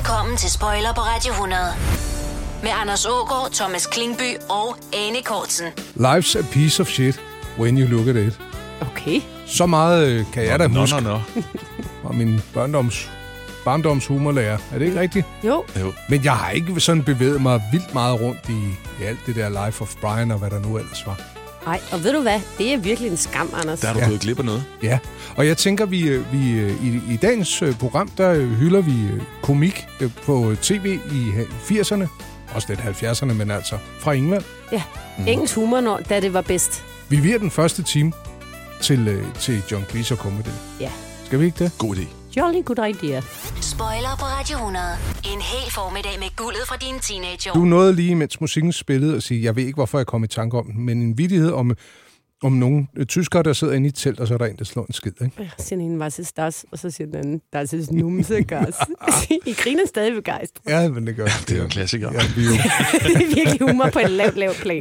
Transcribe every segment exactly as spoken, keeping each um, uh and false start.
Velkommen til Spoiler på Radio hundrede. Med Anders Aagaard, Thomas Klingby og Ane Cortzen. Life's a piece of shit when you look at it. Okay. Så meget øh, kan jeg da Nå, huske. nå, nå. Og min børndoms, barndoms humorlærer. Er det ikke rigtigt? Jo. Jo. Men jeg har ikke sådan bevæget mig vildt meget rundt i, i alt det der Life of Brian og hvad der nu ellers var. Nej, og ved du hvad? Det er virkelig en skam, Anders. Der har du Ja. gået glip af noget. Ja, og jeg tænker, vi, øh, vi øh, i, i dagens øh, program, der øh, hylder vi øh, komik øh, på tv i øh, firserne. Også lidt halvfjerdserne, men altså fra England. Ja, engelsk humor, når, da det var bedst. Vi viger den første time til, øh, til John Cleese og Comedy. Ja. Skal vi ikke det? God idé. Jolly good idea. Spoiler på Radio hundrede. En hel formiddag med guldet fra dine teenageår. Du nåede lige, mens musikken spillede, at sige, jeg ved ikke, hvorfor jeg kom i tanke om den, men en vittighed om, om nogle tyskere, der sidder inde i et telt, og så er der en, der slår en skid, ikke? Jeg siger hende, was ist das? Og så siger den anden, das ist numsegas. I griner stadig begejstret. Ja, men det gør Det er jo en klassiker. Ja, vi er jo Det er virkelig humor på et lavt, lavt plan. vi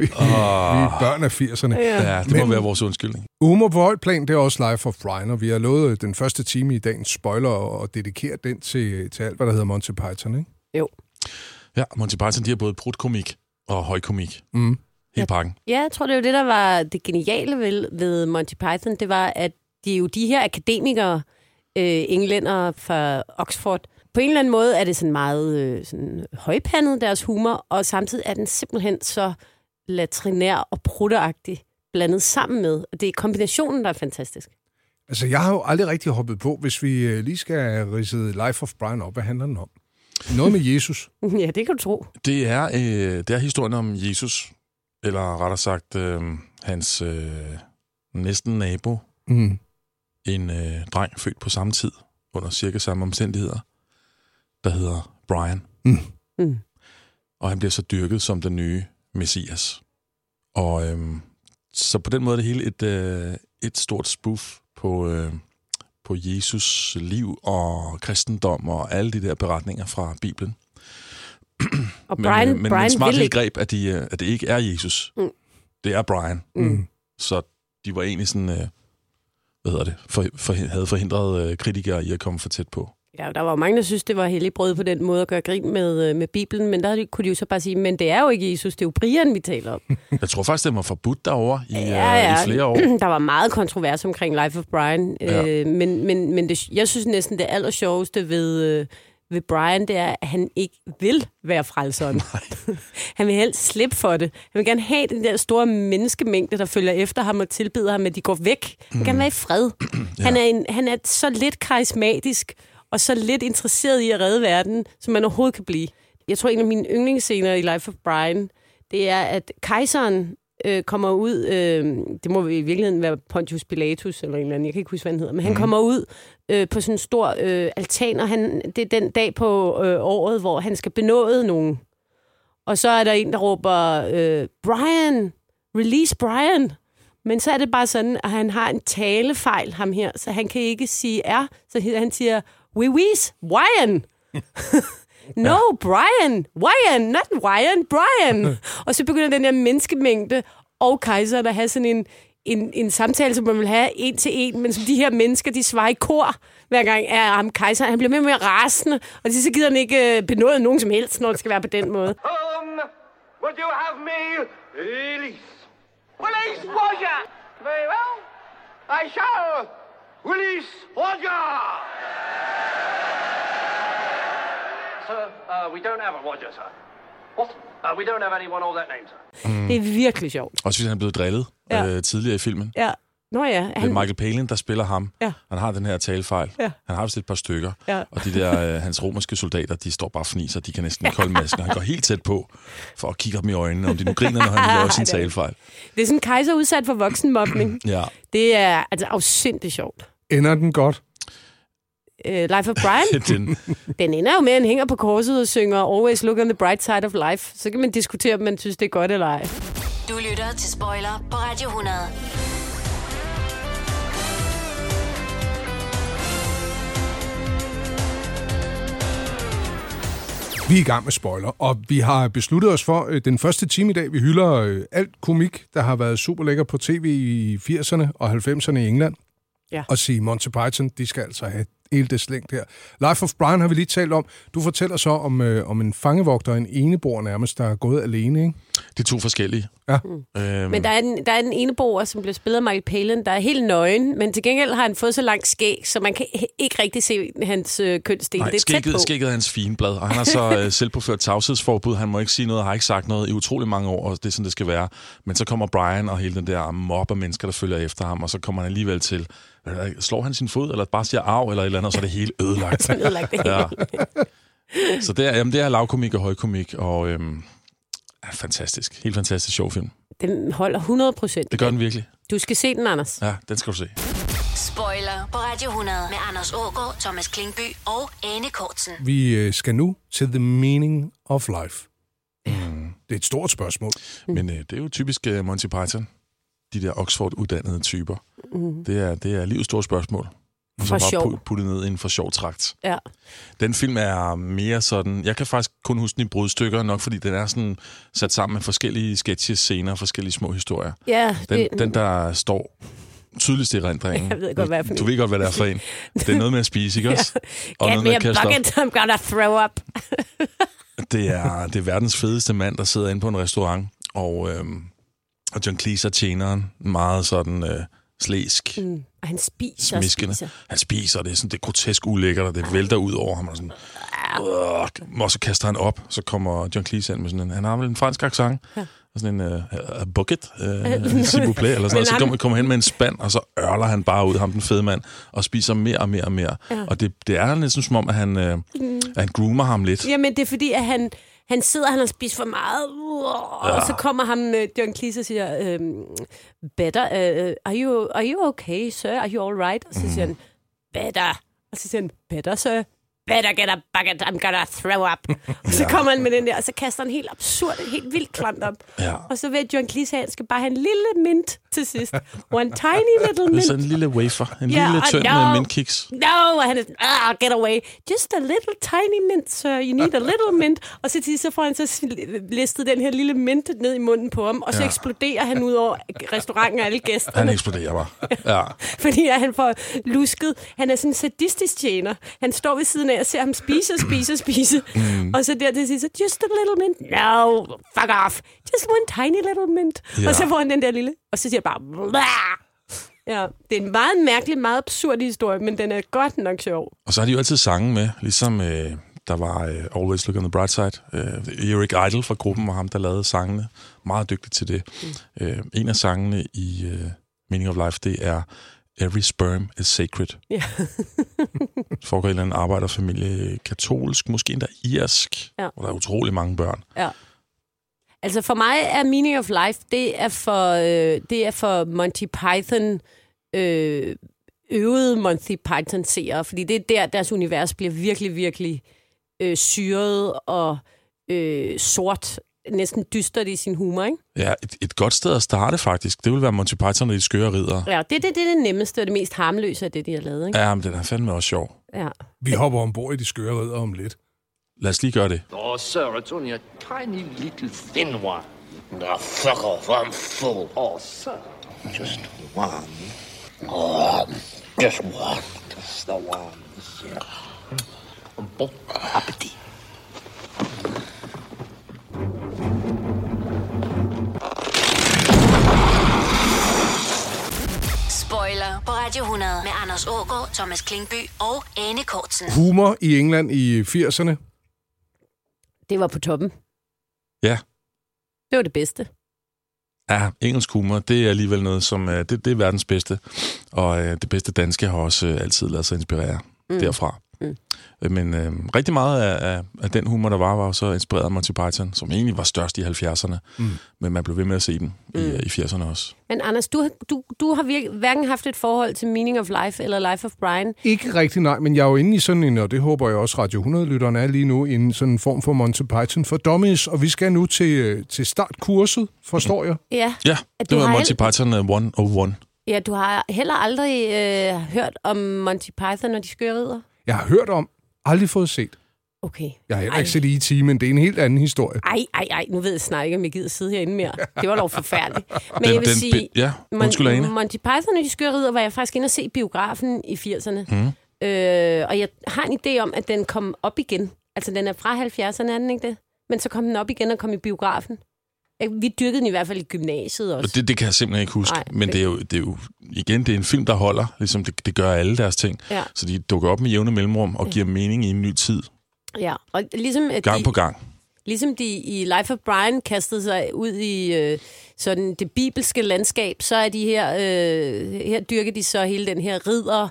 er børn af firserne. Ja. Ja, det må Men- være vores undskyldning. Humor på højt plan, det er også Life of Brian, og vi har lovet den første time i dagens spoiler og dedikere den til, til alt, hvad der hedder Monty Python, ikke? Jo. Ja, Monty Python, de har både brudkomik og højkomik. Mm. Hele pakken. Ja, jeg tror, det var det, der var det geniale ved, ved Monty Python. Det var, at de er jo de her akademikere, øh, englændere fra Oxford. På en eller anden måde er det sådan meget øh, sådan højpandet, deres humor, og samtidig er den simpelthen så latrinær og prutteragtig blandet sammen med. Og det er kombinationen, der er fantastisk. Altså, jeg har jo aldrig rigtig hoppet på, hvis vi øh, lige skal ridse Life of Brian op. Hvad handler den om? Noget med Jesus. Ja, det kan du tro. Det er, øh, det er historien om Jesus, eller rettere sagt, øh, hans øh, næsten nabo, Mm. en øh, dreng født på samme tid, under cirka samme omstændigheder, der hedder Brian. Mm. Mm. Og han bliver så dyrket som den nye messias. Og øh, så på den måde er det hele et, øh, et stort spoof på, øh, på Jesus liv og kristendom og alle de der beretninger fra Bibelen. Og Men, Brian, øh, men, Brian men smart vil lille ikke... greb, at, de, øh, at det ikke er Jesus. Mm. Det er Brian. Mm. Så de var egentlig sådan, øh, hvad hedder det, for, for, havde forhindret øh, kritikere i at komme for tæt på. Ja, der var jo mange, der synes, det var helligbrød på den måde at gøre grin med, øh, med Bibelen, men der kunne de jo så bare sige, men det er jo ikke Jesus, det er jo Brian, vi taler om. Jeg tror faktisk, det var forbudt derovre i, Ja, ja. øh, i flere år. Der var meget kontrovers omkring Life of Brian, Ja. øh, men, men, men det, jeg synes næsten, det aller sjoveste ved, øh, ved Brian, det er, at han ikke vil være frelseren. Han vil helst slippe for det. Han vil gerne have den der store menneskemængde, der følger efter ham og tilbeder ham, at de går væk. Han vil gerne være i fred. Ja. Han, er en, han er så lidt karismatisk og så lidt interesseret i at redde verden, som man overhovedet kan blive. Jeg tror, en af mine yndlingsscener i Life of Brian, det er, at kejseren øh, kommer ud, øh, det må i virkeligheden være Pontius Pilatus eller en eller anden, jeg kan ikke huske, hvad han hedder, men han kommer ud øh, på sådan en stor øh, altan, og han, det er den dag på øh, året, hvor han skal benåde nogen. Og så er der en, der råber, øh, Brian, release Brian. Men så er det bare sådan, at han har en talefejl, ham her, så han kan ikke sige R, så han siger, we wees, Brian. No, Brian, Brian, not Brian, Brian. Og så begynder den der menneskemængde og kejseren at have sådan en, en, en samtale, som man vil have en til en, men som de her mennesker, de svarer i kor, hver gang er ham kejseren. Han bliver mere og mere rasende, og så gider han ikke benåde nogen som helst, når det skal være på den måde. Um, would you have me release? Release Roger! Very well. I shall release Roger! Sir, uh, we don't have a Roger, sir. What? Uh, we don't have anyone of that name, sir. Mm. Det er virkelig sjovt. Og så synes han er blevet drillet Ja. øh, tidligere i filmen. Ja. Nå ja. Han... Det er Michael Palin, der spiller ham. Ja. Han har den her talefejl. Ja. Han har vist et par stykker. Ja. Og de der, øh, hans romerske soldater, de står bare og fniser. De kan næsten ikke holde masken. Han går helt tæt på for at kigge dem i øjnene, om de nu griner, når han laver sin talefejl. Det er sådan en kejser udsat for voksenmobning. Ja. Det er altså afsindigt sjovt. Ender den godt? Uh, Life of Brian, den, den ender jo med, at han hænger på korset og synger Always Look on the Bright Side of Life. Så kan man diskutere, om man synes, det er godt eller ej. Du lytter til Spoiler på Radio hundrede. Vi er i gang med spoiler, og vi har besluttet os for øh, den første time i dag. Vi hylder øh, alt komik, der har været super lækker på tv i firserne og halvfemserne i England. Ja. Og sige, Monty Python, de skal altså have hele det slæng der. Life of Brian har vi lige talt om. Du fortæller så om, øh, om en fangevogter, en eneboer nærmest, der er gået alene, ikke? De to forskellige. Ja. Mm. Øhm. Men der er, en, der er en eneboer, som bliver spillet af Michael Palin, der er helt nøgen, men til gengæld har han fået så langt skæg, så man kan ikke rigtig se hans øh, kønsdel. Nej, det er skægget, tæt på. skægget er hans figenblad, og han har så øh, selvpåført tavshedsforbud. Han må ikke sige noget, har ikke sagt noget i utrolig mange år, og det er sådan, det skal være. Men så kommer Brian og hele den der mob af mennesker, der følger efter ham, og så kommer han alligevel til, slår han sin fod, eller bare siger arv, eller et eller andet, og så er det hele ødelagt. Så ødelagt det hele. Ja. Så det er, jamen, det er lavkomik og højkomik, og øhm, er fantastisk. Helt fantastisk sjov film. Den holder hundrede procent. Det gør den virkelig. Du skal se den, Anders. Ja, den skal du se. Spoiler på Radio hundrede med Anders Aagaard, Thomas Klingby og Ane Kortsen. Vi øh, skal nu til The Meaning of Life. Mm. Det er et stort spørgsmål. Mm. Men øh, det er jo typisk uh, Monty Python. De der Oxford-uddannede typer. Mm. Det, er, det er livets store spørgsmål. For så sjov. bare puttet ned i en for sjov trakt. Ja. Den film er mere sådan... Jeg kan faktisk kun huske den i brudstykker, nok fordi den er sådan sat sammen med forskellige sketches, scener og forskellige små historier. Ja, den, det... den, der står tydeligst i rendringen. Jeg ved godt, hvad for en. Du ved godt, hvad det er for en. Det er noget med at spise, ikke også? Og Get me a bucket, I'm gonna throw up. det, er, det er verdens fedeste mand, der sidder inde på en restaurant, og, øhm, og John Cleese er tjeneren. Meget sådan... Øh, slæsk. Mm. Og han spiser og spiser. Han spiser, og det er sådan det er grotesk ulækkert, og det vælter ud over ham. Og, sådan, øh, og så kaster han op, så kommer John Cleese ind med sådan en, han har vel en fransk accent, ja. Og sådan en uh, bucket, uh, s'il vous plaît, eller sådan, og så kommer, kommer hen med en spand, og så ørler han bare ud, ham den fede mand, og spiser mere og mere og mere. Ja. Og det, det er næsten som om, at han, uh, mm. at han groomer ham lidt. Jamen, det er fordi, at han... Han sidder, han har spist for meget, og ja. Så kommer ham, John Cleese, og siger, um, better, uh, are, you, are you okay, sir? Are you all right? Og så siger han, better. Og så siger han, better, sir. Better get a bucket, I'm gonna throw up. Og så kommer han med den der, og så kaster han helt absurd, helt vildt klant op. Ja. Og så ved John Cleese, at han skal bare have en lille mint til sidst. One tiny little mint. Sådan en lille wafer, en yeah, lille tynd no, med mintkiks. No, og han er ah, get away. Just a little tiny mint, sir. You need a little mint. Og så til sidst, så får han så listet den her lille mint ned i munden på ham, og så ja. eksploderer han ud over restauranten og alle gæsterne. Han eksploderer bare. Ja. Fordi han får lusket. Han er sådan en sadistisk tjener. Han står ved siden af og ser ham spise og spise og spise. Mm. Og så der til sidst, just a little mint. No, fuck off. Just one tiny little mint. Ja. Og så får han den der lille, og så siger han bare... Blah! Ja, det er en meget mærkelig, meget absurd historie, men den er godt nok sjov. Og så har de jo altid sange med, ligesom øh, der var øh, Always Look on the Bright Side. Øh, Eric Idle fra gruppen var ham, der lavede sangene. Meget dygtig til det. Mm. Øh, en af sangene i øh, Meaning of Life, det er Every Sperm is Sacred. Ja. Det foregår i en eller anden arbejderfamilie, katolsk, måske endda irsk, ja. Hvor der er utrolig mange børn. Ja. Altså for mig er Meaning of Life, det er for, øh, det er for Monty Python, øh, øvede Monty Python-seere, fordi det er der, deres univers bliver virkelig, virkelig øh, syret og øh, sort, næsten dystert i sin humor, ikke? Ja, et, et godt sted at starte faktisk, det vil være Monty Python og de skøre ridder. Ja, det, det, det er det nemmeste og det mest harmløse af det, de har lavet, ikke? Ja, men den er fandme også sjov. Ja. Vi hopper ombord i de skøre ridder om lidt. Lad os lige gøre det. Oh, sir, it's only a tiny little thin one. No, fuck off, I'm full. Oh, sir. Just one. Oh, just one. Just the one. Yeah. Bon appetit. Spoiler på Radio hundrede med Anders Aagaard, Thomas Klingby og Ane Kortsen. Humor i England i firserne. Det var på toppen. Ja. Det var det bedste. Ja, engelsk humor, det er alligevel noget, som det, det er verdens bedste. Og øh, det bedste danske har også øh, altid ladet sig inspirere mm. derfra. Mm. Men øh, rigtig meget af, af, af den humor, der var, var så inspireret af Monty Python, som egentlig var størst i halvfjerdserne. Mm. Men man blev ved med at se den mm. i, i firserne også. Men Anders, du, du, du har virke, hverken haft et forhold til Meaning of Life eller Life of Brian. Ikke rigtig, nej, men jeg er jo inde i sådan en, og det håber jeg også Radio hundrede-lytterne er lige nu, i en sådan form for Monty Python for dummies, og vi skal nu til, til startkurset, forstår jeg? Ja. Ja, det var Monty Python et nul et. Ja, du har heller aldrig øh, hørt om Monty Python og de skøre ridder? Jeg har hørt om, aldrig fået set. Okay. Jeg har heller ikke set E T, men det er en helt anden historie. Ej, ej, ej, nu ved jeg snart ikke, om jeg gider sidde herinde mere. Det var dog forfærdeligt. Men den, jeg vil den, sige, ja, undskyld, Mon- Monty Python og de skøre ridder var jeg faktisk inde og se biografen i firserne. Mm. Øh, og jeg har en idé om, at den kom op igen. Altså, den er fra halvfjerdserne, er den ikke det? Men så kom den op igen og kom i biografen. Vi dyrkede den i hvert fald i gymnasiet også. Det, det kan jeg simpelthen ikke huske. Nej, men det er, jo, det er jo, igen, det er en film, der holder. Ligesom det, det gør alle deres ting. Ja. Så de dukker op med jævne mellemrum og giver mening i en ny tid. Ja, og ligesom... At gang de, på gang. Ligesom de i Life of Brian kastede sig ud i øh, sådan det bibelske landskab, så er de her... Øh, her dyrker de så hele den her ridder,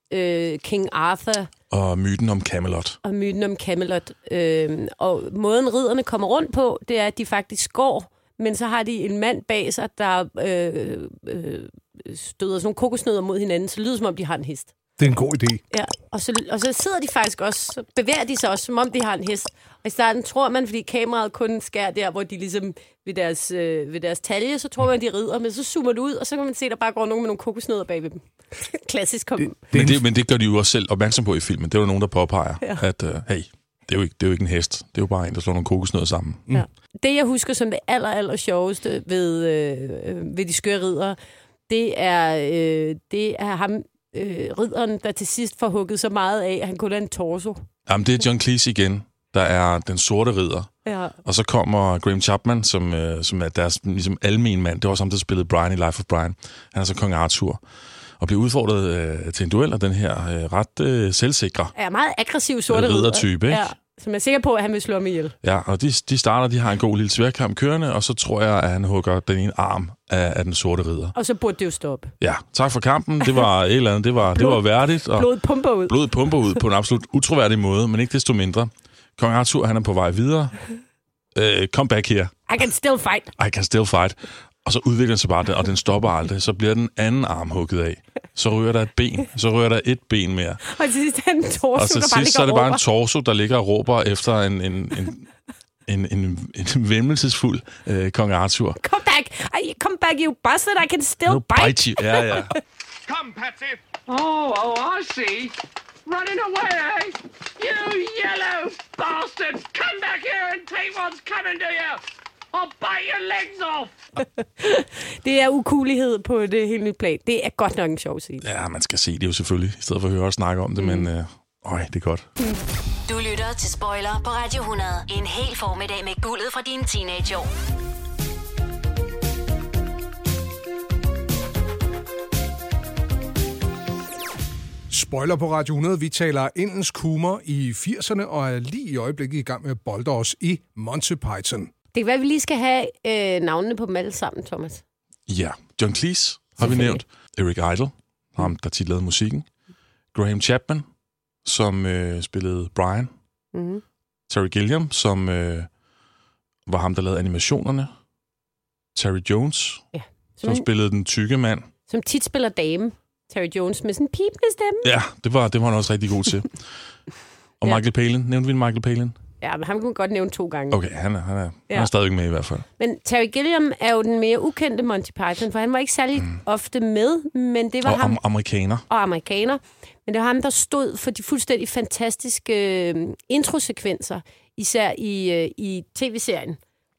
øh, King Arthur... Og myten om Camelot. Og myten om Camelot. Øh, og måden ridderne kommer rundt på, det er, at de faktisk går, men så har de en mand bag sig, der øh, øh, støder sådan nogle kokosnødder mod hinanden, så det lyder som om, de har en hest. Det er en god idé. Ja, og så, og så sidder de faktisk også, så bevæger de sig også, som om de har en hest. Og i starten tror man, fordi kameraet kun skærer der, hvor de ligesom ved deres, øh, ved deres talje, så tror man, de rider, men så zoomer det ud, og så kan man se, der bare går nogen med nogle kokosnødder bag ved dem. Klassisk kom. Det, Men det, men det gør de jo også selv opmærksom på i filmen. Det er jo nogen, der påpeger, Ja. at uh, hey, det er, jo ikke, det er jo ikke en hest. Det er jo bare en, der slår nogle kokosnødder sammen. Mm. Ja. Det, jeg husker som det aller, aller sjoveste ved, øh, ved de skøre ridere, det er, øh, det er ham, øh, ridderen, der til sidst får hugget så meget af, at han kun er en torso. Jamen, det er John Cleese igen, der er den sorte ridder. Ja. Og så kommer Graham Chapman, som, øh, som er deres ligesom almen mand. Det var også ham, der spillede Brian i Life of Brian. Han er så kong Arthur. Og bliver udfordret øh, til en duel af den her øh, ret øh, selvsikre Er meget aggressiv sorte ridder. riddertype, ikke? Ja, som jeg er sikker på, at han vil slå ham ihjel. Ja, og de, de starter, de har en god lille sværkamp kørende, og så tror jeg, at han hugger den ene arm af, af den sorte ridder. Og så burde det jo stoppe. Ja, tak for kampen. Det var et eller andet, det var, det var værdigt. Og Blodet pumper ud. blodet pumper ud på en absolut utroværdig måde, men ikke desto mindre. Kong Arthur, han er på vej videre. Uh, come back here. I can still fight. I can still fight. Og så udvikler den sig bare, og den stopper aldrig. Så bliver den anden arm hugget af. Så ryger der et ben. Så ryger der et ben mere. Og til sidst er en torso, Og til der bare sidst så er det ligger bare en og torso, der ligger og råber efter en, en, en, en, en, en væmmelsesfuld uh, Kong Arthur. Come back! I, come back, you bastard! I can still No, bite! bite you. Ja, ja. Come, Patsy. Oh, oh, I see. Running away, eh? You yellow bastard! Come back here and take what's coming to you! I'll bite your legs off! Det er ukulighed på det hele nye plan. Det er godt nok en sjov scene. Ja, man skal se det jo selvfølgelig, i stedet for at høre og snakke om det, mm. men øh, øj, det er godt. Du lytter til Spoiler på Radio hundrede. En hel formiddag med guldet fra dine teenageår. Spoiler på Radio hundrede. Vi taler engelsk humor i firserne og er lige i øjeblikket i gang med at bolde os i Monty Python. Det kan være, at vi lige skal have øh, navnene på dem alle sammen, Thomas. Ja, John Cleese har vi nævnt. Eric Idle, ham der tit lavede musikken. Graham Chapman, som øh, spillede Brian. Mm-hmm. Terry Gilliam, som øh, var ham, der lavede animationerne. Terry Jones, Ja. som, Som, som spillede den tykke mand. som tit spiller dame. Terry Jones med sådan en pipende stemme. Ja, det var, det var han også rigtig god til. Og Ja. Michael Palin, nævnte vi Michael Palin? Ja, men ham kunne man godt nævne to gange. Okay, han er, han er, ja. Ja. han er stadigvæk med i hvert fald. Men Terry Gilliam er jo den mere ukendte Monty Python, for han var ikke særlig mm. ofte med, men det var Og ham... am- amerikaner. og amerikaner. Men det var ham, der stod for de fuldstændig fantastiske øh, introsekvenser, især i, øh, i tv-serien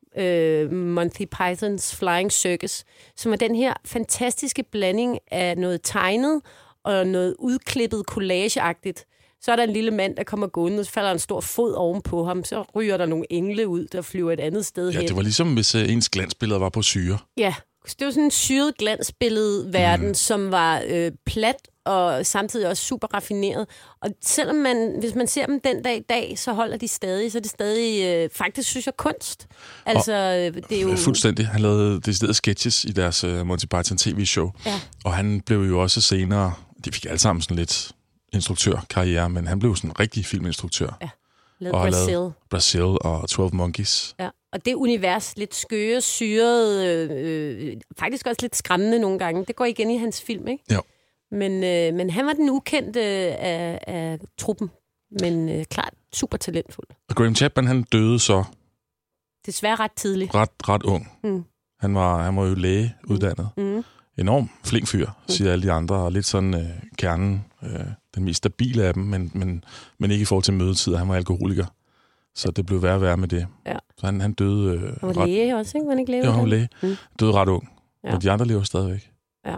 øh, Monty Python's Flying Circus, som er den her fantastiske blanding af noget tegnet og noget udklippet collageagtigt. Så er der en lille mand, der kommer gående, og så falder en stor fod ovenpå ham, så ryger der nogle engle ud, der flyver et andet sted Ja, hen. det var ligesom, hvis uh, ens glansbilleder var på syre. Ja, så det var sådan en syret glansbillede-verden, mm. som var øh, plat og samtidig også super raffineret. Og selvom man, hvis man ser dem den dag i dag, så holder de stadig, så er det stadig, øh, faktisk synes jeg, kunst. Altså, og, det er jo... Fuldstændig. Han lavede deciderede sketches i deres uh, Monty Python tv-show. Ja. Og han blev jo også senere, de fik alle sammen sådan lidt instruktørkarriere, men han blev sådan en rigtig filminstruktør. Ja, lavet og har Brazil. lavet Brazil og twelve Monkeys. Ja. Og det univers, lidt skøre, syret, øh, øh, faktisk også lidt skræmmende nogle gange, det går igen i hans film, ikke? Jo. Men, øh, men han var den ukendte af, af truppen, men øh, klart super talentfuld. Og Graham Chapman, han døde så Desværre ret tidligt. ret, ret ung. Mm. Han var, han var jo læge uddannet. Mm. Enorm flink fyr, siger alle de andre, og lidt sådan øh, kernen, øh, den mest stabile af dem, men, men, men ikke i forhold til mødetid. Han var alkoholiker, så det blev værre og værre med det. Ja. Så han, han døde øh, Han var ret... læge også, ikke? Var han ikke læge? Jo, han var læge. Mm. Døde ret ung, Ja. men de andre lever stadigvæk.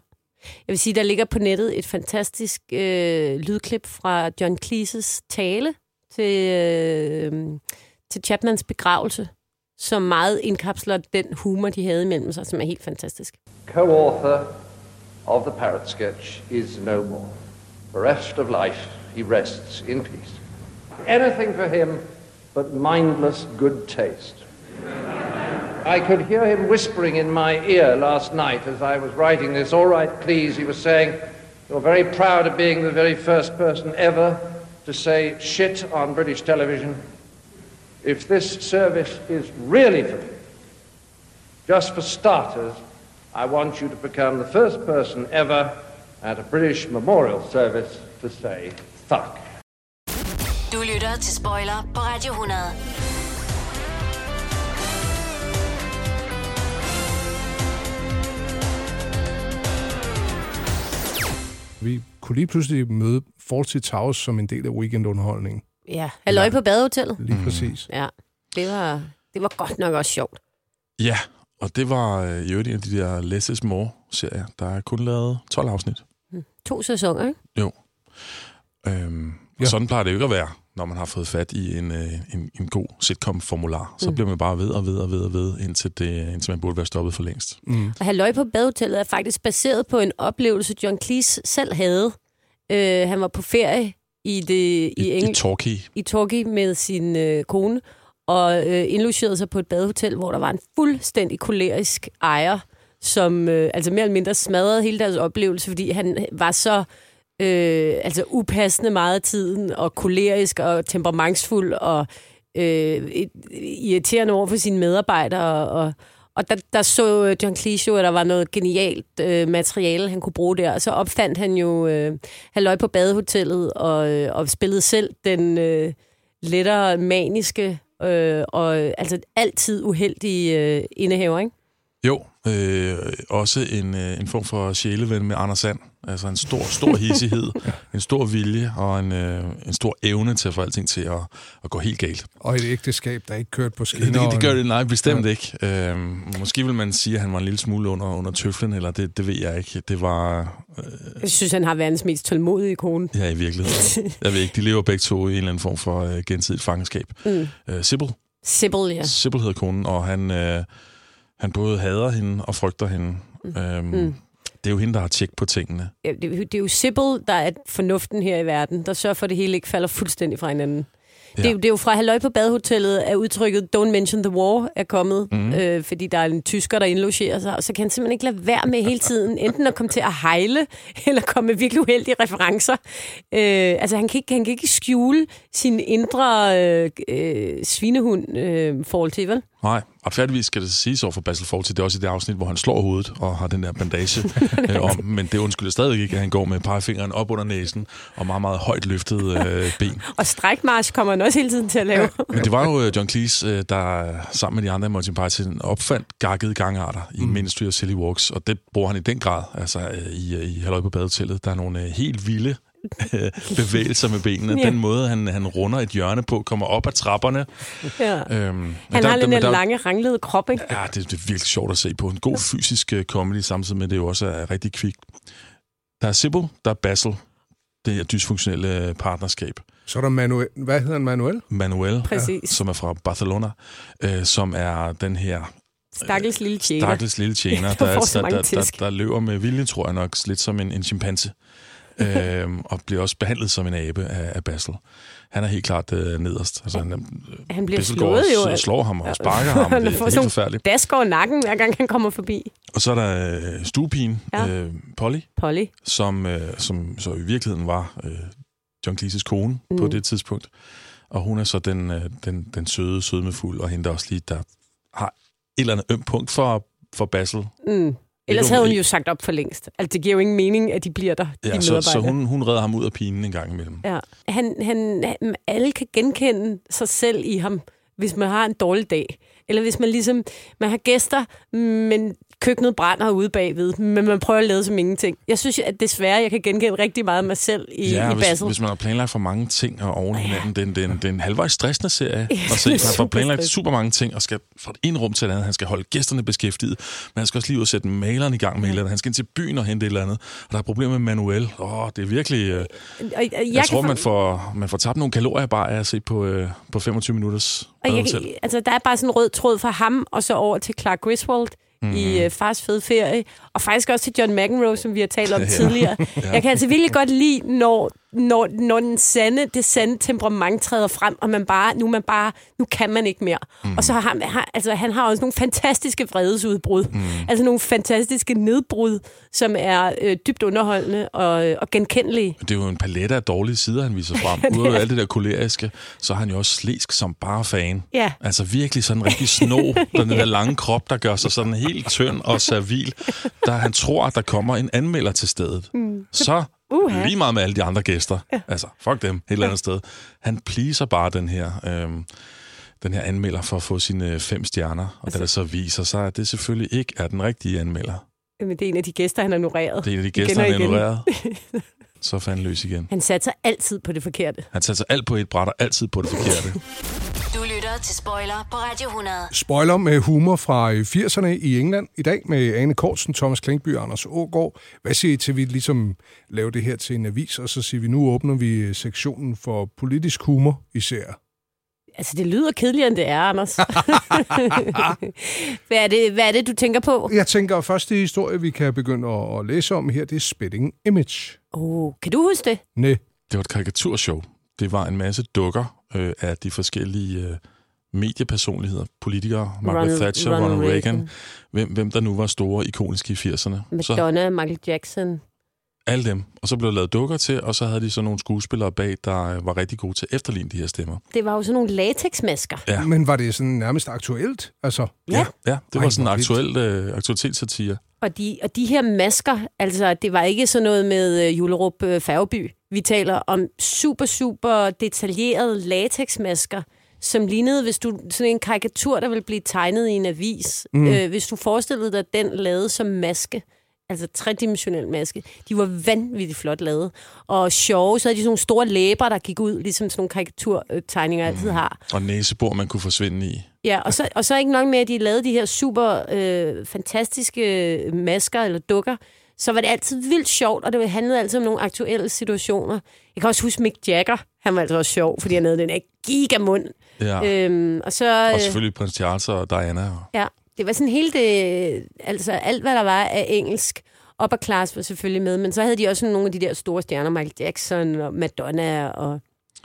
Jeg vil sige, der ligger på nettet et fantastisk øh, lydklip fra John Cleese's tale til, øh, til Chapmans begravelse, som meget indkapsler den humor, de havde imellem sig, som er helt fantastisk. Co-author of the parrot sketch is no more. The rest of life he rests in peace. Anything for him but mindless good taste. I could hear him whispering in my ear last night as I was writing this. All right, please, he was saying, you're very proud of being the very first person ever to say shit on British television. If this service is really for you, just for starters, I want you to become the first person ever at a British memorial service to say fuck. Du lytter til Spoiler på Radio hundrede. Vi kunne lige pludselig møde Fawlty Towers som en del af weekendunderholdningen. Ja, halløj på badehotellet. Lige mm. præcis. Ja, det var, det var godt nok også sjovt. Ja, og det var øh, jo en af de der Less is More-serier. Der er kun lavet tolv afsnit. Mm. To sæsoner, ikke? Jo. Øhm, ja. Sådan plejer det jo ikke at være, når man har fået fat i en, øh, en, en god sitcom-formular. Så mm. bliver man bare ved og ved og ved og ved, indtil, det, indtil man burde være stoppet for længst. Mm. Og halløj på badehotellet er faktisk baseret på en oplevelse, John Cleese selv havde. Øh, han var på ferie i det i, I, Engel- i Torquay. i Torquay med sin øh, kone, og øh, indlogerede sig på et badehotel, hvor der var en fuldstændig kolerisk ejer, som øh, altså mere eller mindre smadrede hele deres oplevelse, fordi han var så øh, altså upassende meget af tiden, og kolerisk og temperamentsfuld, og øh, irriterende over for sine medarbejdere, og Og der, der så John Cleese jo, at der var noget genialt øh, materiale, han kunne bruge der. Og så opfandt han jo øh, halløj på badehotellet og, øh, og spillede selv den øh, lettere maniske øh, og altså altid uheldige øh, indehaver, ikke? Jo, øh, også en, øh, en form for sjæleven med Anders Sand. Altså en stor, stor hissighed, en stor vilje og en, øh, en stor evne til at få alting til at, at gå helt galt. Og et ægteskab, der ikke kørt på skinner. Det, det gør det, nej, bestemt ja. ikke. Øh, måske vil man sige, at han var en lille smule under, under tøflen, eller det, det ved jeg ikke. Det var... Øh, jeg synes, han har verdens mest tålmodige kone. Ja, i virkeligheden. Jeg ved ikke, de lever begge to i en eller anden form for øh, gensidigt fangenskab. Mm. Øh, Sybil. Sybil, ja. Sybil hedder konen, og han, øh, han både hader hende og frygter hende. Mm. Øhm, mm. Det er jo hende, der har tjek på tingene. Ja, det, det er jo Sybil, der er fornuften her i verden, der sørger for, at det hele ikke falder fuldstændig fra hinanden. Ja. Det, er, det er jo fra halløj på badehotellet, at udtrykket Don't mention the war er kommet, mm. øh, fordi der er en tysker, der indlogerer sig, og så kan han simpelthen ikke lade være med hele tiden, enten at komme til at hejle, eller komme med virkelig uheldige referencer. Øh, altså, han kan, ikke, han kan ikke skjule sin indre øh, øh, svinehund øh, forhold til, vel? Nej, opfærdigvis skal det siges over for Basil Fawlty, det er også i det afsnit, hvor han slår hovedet og har den der bandage øh, om, men det undskylder stadig ikke, at han går med pegefingeren op under næsen og meget, meget højt løftet øh, ben. Og strækmarch kommer han også hele tiden til at lave. Men det var jo John Cleese, der sammen med de andre i Monty Python opfandt gakkede gangarter i mm. Ministry of Silly Walks, og det bruger han i den grad, altså i, i halløj på badehotellet. Der er nogle helt vilde bevægelser med benene. Ja. Den måde, han, han runder et hjørne på, kommer op ad trapperne. Ja. Øhm, han der, har den der, der lange, ranglede krop, ikke? Ja, det, det er virkelig sjovt at se på. En god fysisk uh, comedy, samtidig med, det jo også er rigtig kvikt. Der er Sybil, der er Basil. Det er dysfunktionelle partnerskab. Så er der Manuel. Hvad hedder han? Manuel? Manuel, ja, som er fra Barcelona, øh, som er den her... Stakkels lille tjener. Stakkels lille tjener, der, der, der, der, der løber med vilje, tror jeg nok, lidt som en, en chimpanse. øhm, og bliver også behandlet som en abe af, af Basil. Han er helt klart øh, nederst. Altså, han, øh, han bliver Basil slået jo. Og slår ham og sparker ham. Det, det er helt forfærdeligt. Dasker over nakken, hver gang han kommer forbi. Og så er der øh, stuepigen, ja. øh, Polly, Polly. Som, øh, som så i virkeligheden var øh, John Cleese's kone mm. på det tidspunkt. Og hun er så den, øh, den, den søde, sødmefuld, og hende der også lige, der har et eller andet ømt punkt for, for Basil. Mm. Ellers havde hun jo sagt op for længst. Altså, det giver jo ingen mening, at de bliver der, ja, de så, så hun, hun redder ham ud af pinen en gang imellem. Ja. Han, han, alle kan genkende sig selv i ham, hvis man har en dårlig dag, Eller hvis man ligesom, man har gæster, men køkkenet brænder ude bagved, men man prøver at lade som ingenting. Jeg synes, at desværre, jeg kan genkende rigtig meget af mig selv i, ja, i hvis, Basil. hvis man har planlagt for mange ting og oven i hinanden, det, det, det er en halvvejs stressende serie. Ja, og se, man får super planlagt stress. super mange ting, og skal fra en rum til et andet. Han skal holde gæsterne beskæftiget, men han skal også lige ud og sætte maleren i gang med ja. Han skal ind til byen og hente et eller andet. Og der er problemer med Manuel. Åh, det er virkelig... Øh, og, og, jeg, jeg tror, for... man får, man får tabt nogle kalorier bare af at se på, øh, på femogtyve minutters og jeg, altså, der er bare sådan en rød tråd fra ham, og så over til Clark Griswold, mm. i uh, Fars Fede Ferie, og faktisk også til John McEnroe, som vi har talt om ja. tidligere. ja. Jeg kan altså virkelig godt lide, når, når, når den sande, det sande temperament træder frem, og man bare, nu, man bare, nu kan man ikke mere. Mm. Og så har han, altså, han har også nogle fantastiske vredesudbrud. Mm. Altså nogle fantastiske nedbrud, som er øh, dybt underholdende og, og genkendelige. Det er jo en palette af dårlige sider, han viser frem. Udover alt det der koleriske, så er han jo også slæsk som bare fan. Ja. Altså virkelig sådan en rigtig sno, den der lange krop, der gør sig sådan helt tynd og servil, der han tror, at der kommer en anmelder til stedet. Mm. Så uh-huh. lige meget med alle de andre gæster. Ja. Altså, fuck dem, et eller andet sted. Han pleaser bare den her, øhm, den her anmelder for at få sine fem stjerner. Og altså, da det så viser sig, at det selvfølgelig ikke er den rigtige anmelder. Men det er en af de gæster, han har ignoreret. Det er en af de gæster, han har ignoreret. Så fandt han løs igen. Han satte sig altid på det forkerte. Han satte sig alt på et bræt og altid på det forkerte. Du lytter til Spoiler på Radio hundrede. Spoiler med humor fra firserne i England i dag med Ane Cortzen, Thomas Klinkby og Anders Aagaard. Hvad siger I til, at vi ligesom laver det her til en avis, og så siger vi, nu åbner vi sektionen for politisk humor især? Altså, det lyder kedeligere, end det er, Anders. hvad, er det, hvad er det, du tænker på? Jeg tænker, at første historie, vi kan begynde at, at læse om her, det er Spitting Image. Oh, kan du huske det? Nej. Det var et karikaturshow. Det var en masse dukker øh, af de forskellige øh, mediepersonligheder, politikere, Margaret Ronald, Thatcher, Ronald, Ronald Reagan, Reagan. Hvem, hvem der nu var store, ikoniske i firserne. Madonna, så, Michael Jackson. Alle dem. Og så blev der lavet dukker til, og så havde de så nogle skuespillere bag, der var rigtig gode til at efterligne de her stemmer. Det var jo sådan nogle latexmasker. Ja. Men var det sådan nærmest aktuelt? Altså, ja. ja, ja, det Ej, var sådan en aktuel øh, aktualitetssatire. Og de, og de her masker, altså det var ikke sådan noget med øh, Julerup øh, Færgeby. Vi taler om super, super detaljerede latexmasker, som lignede, hvis du sådan en karikatur, der ville blive tegnet i en avis. Mm. Øh, hvis du forestillede dig den lavet som maske, altså tredimensionel maske. De var vanvittigt flot lavet. Og sjove, så havde de sådan nogle store læber, der gik ud, ligesom sådan nogle karikaturtegninger altid har. Og næsebor, man kunne forsvinde i. Ja, og så, og så ikke nok med, at de lavede de her super øh, fantastiske masker eller dukker. Så var det altid vildt sjovt, og det handlede altid om nogle aktuelle situationer. Jeg kan også huske Mick Jagger. Han var altså også sjov, fordi han havde den her gigamund. Ja. Øhm, og, så, og selvfølgelig prins Charles og Diana. Ja. Det var sådan hele det, altså alt, hvad der var af engelsk. Upper class var selvfølgelig med, men så havde de også nogle af de der store stjerner, Michael Jackson og Madonna. Og...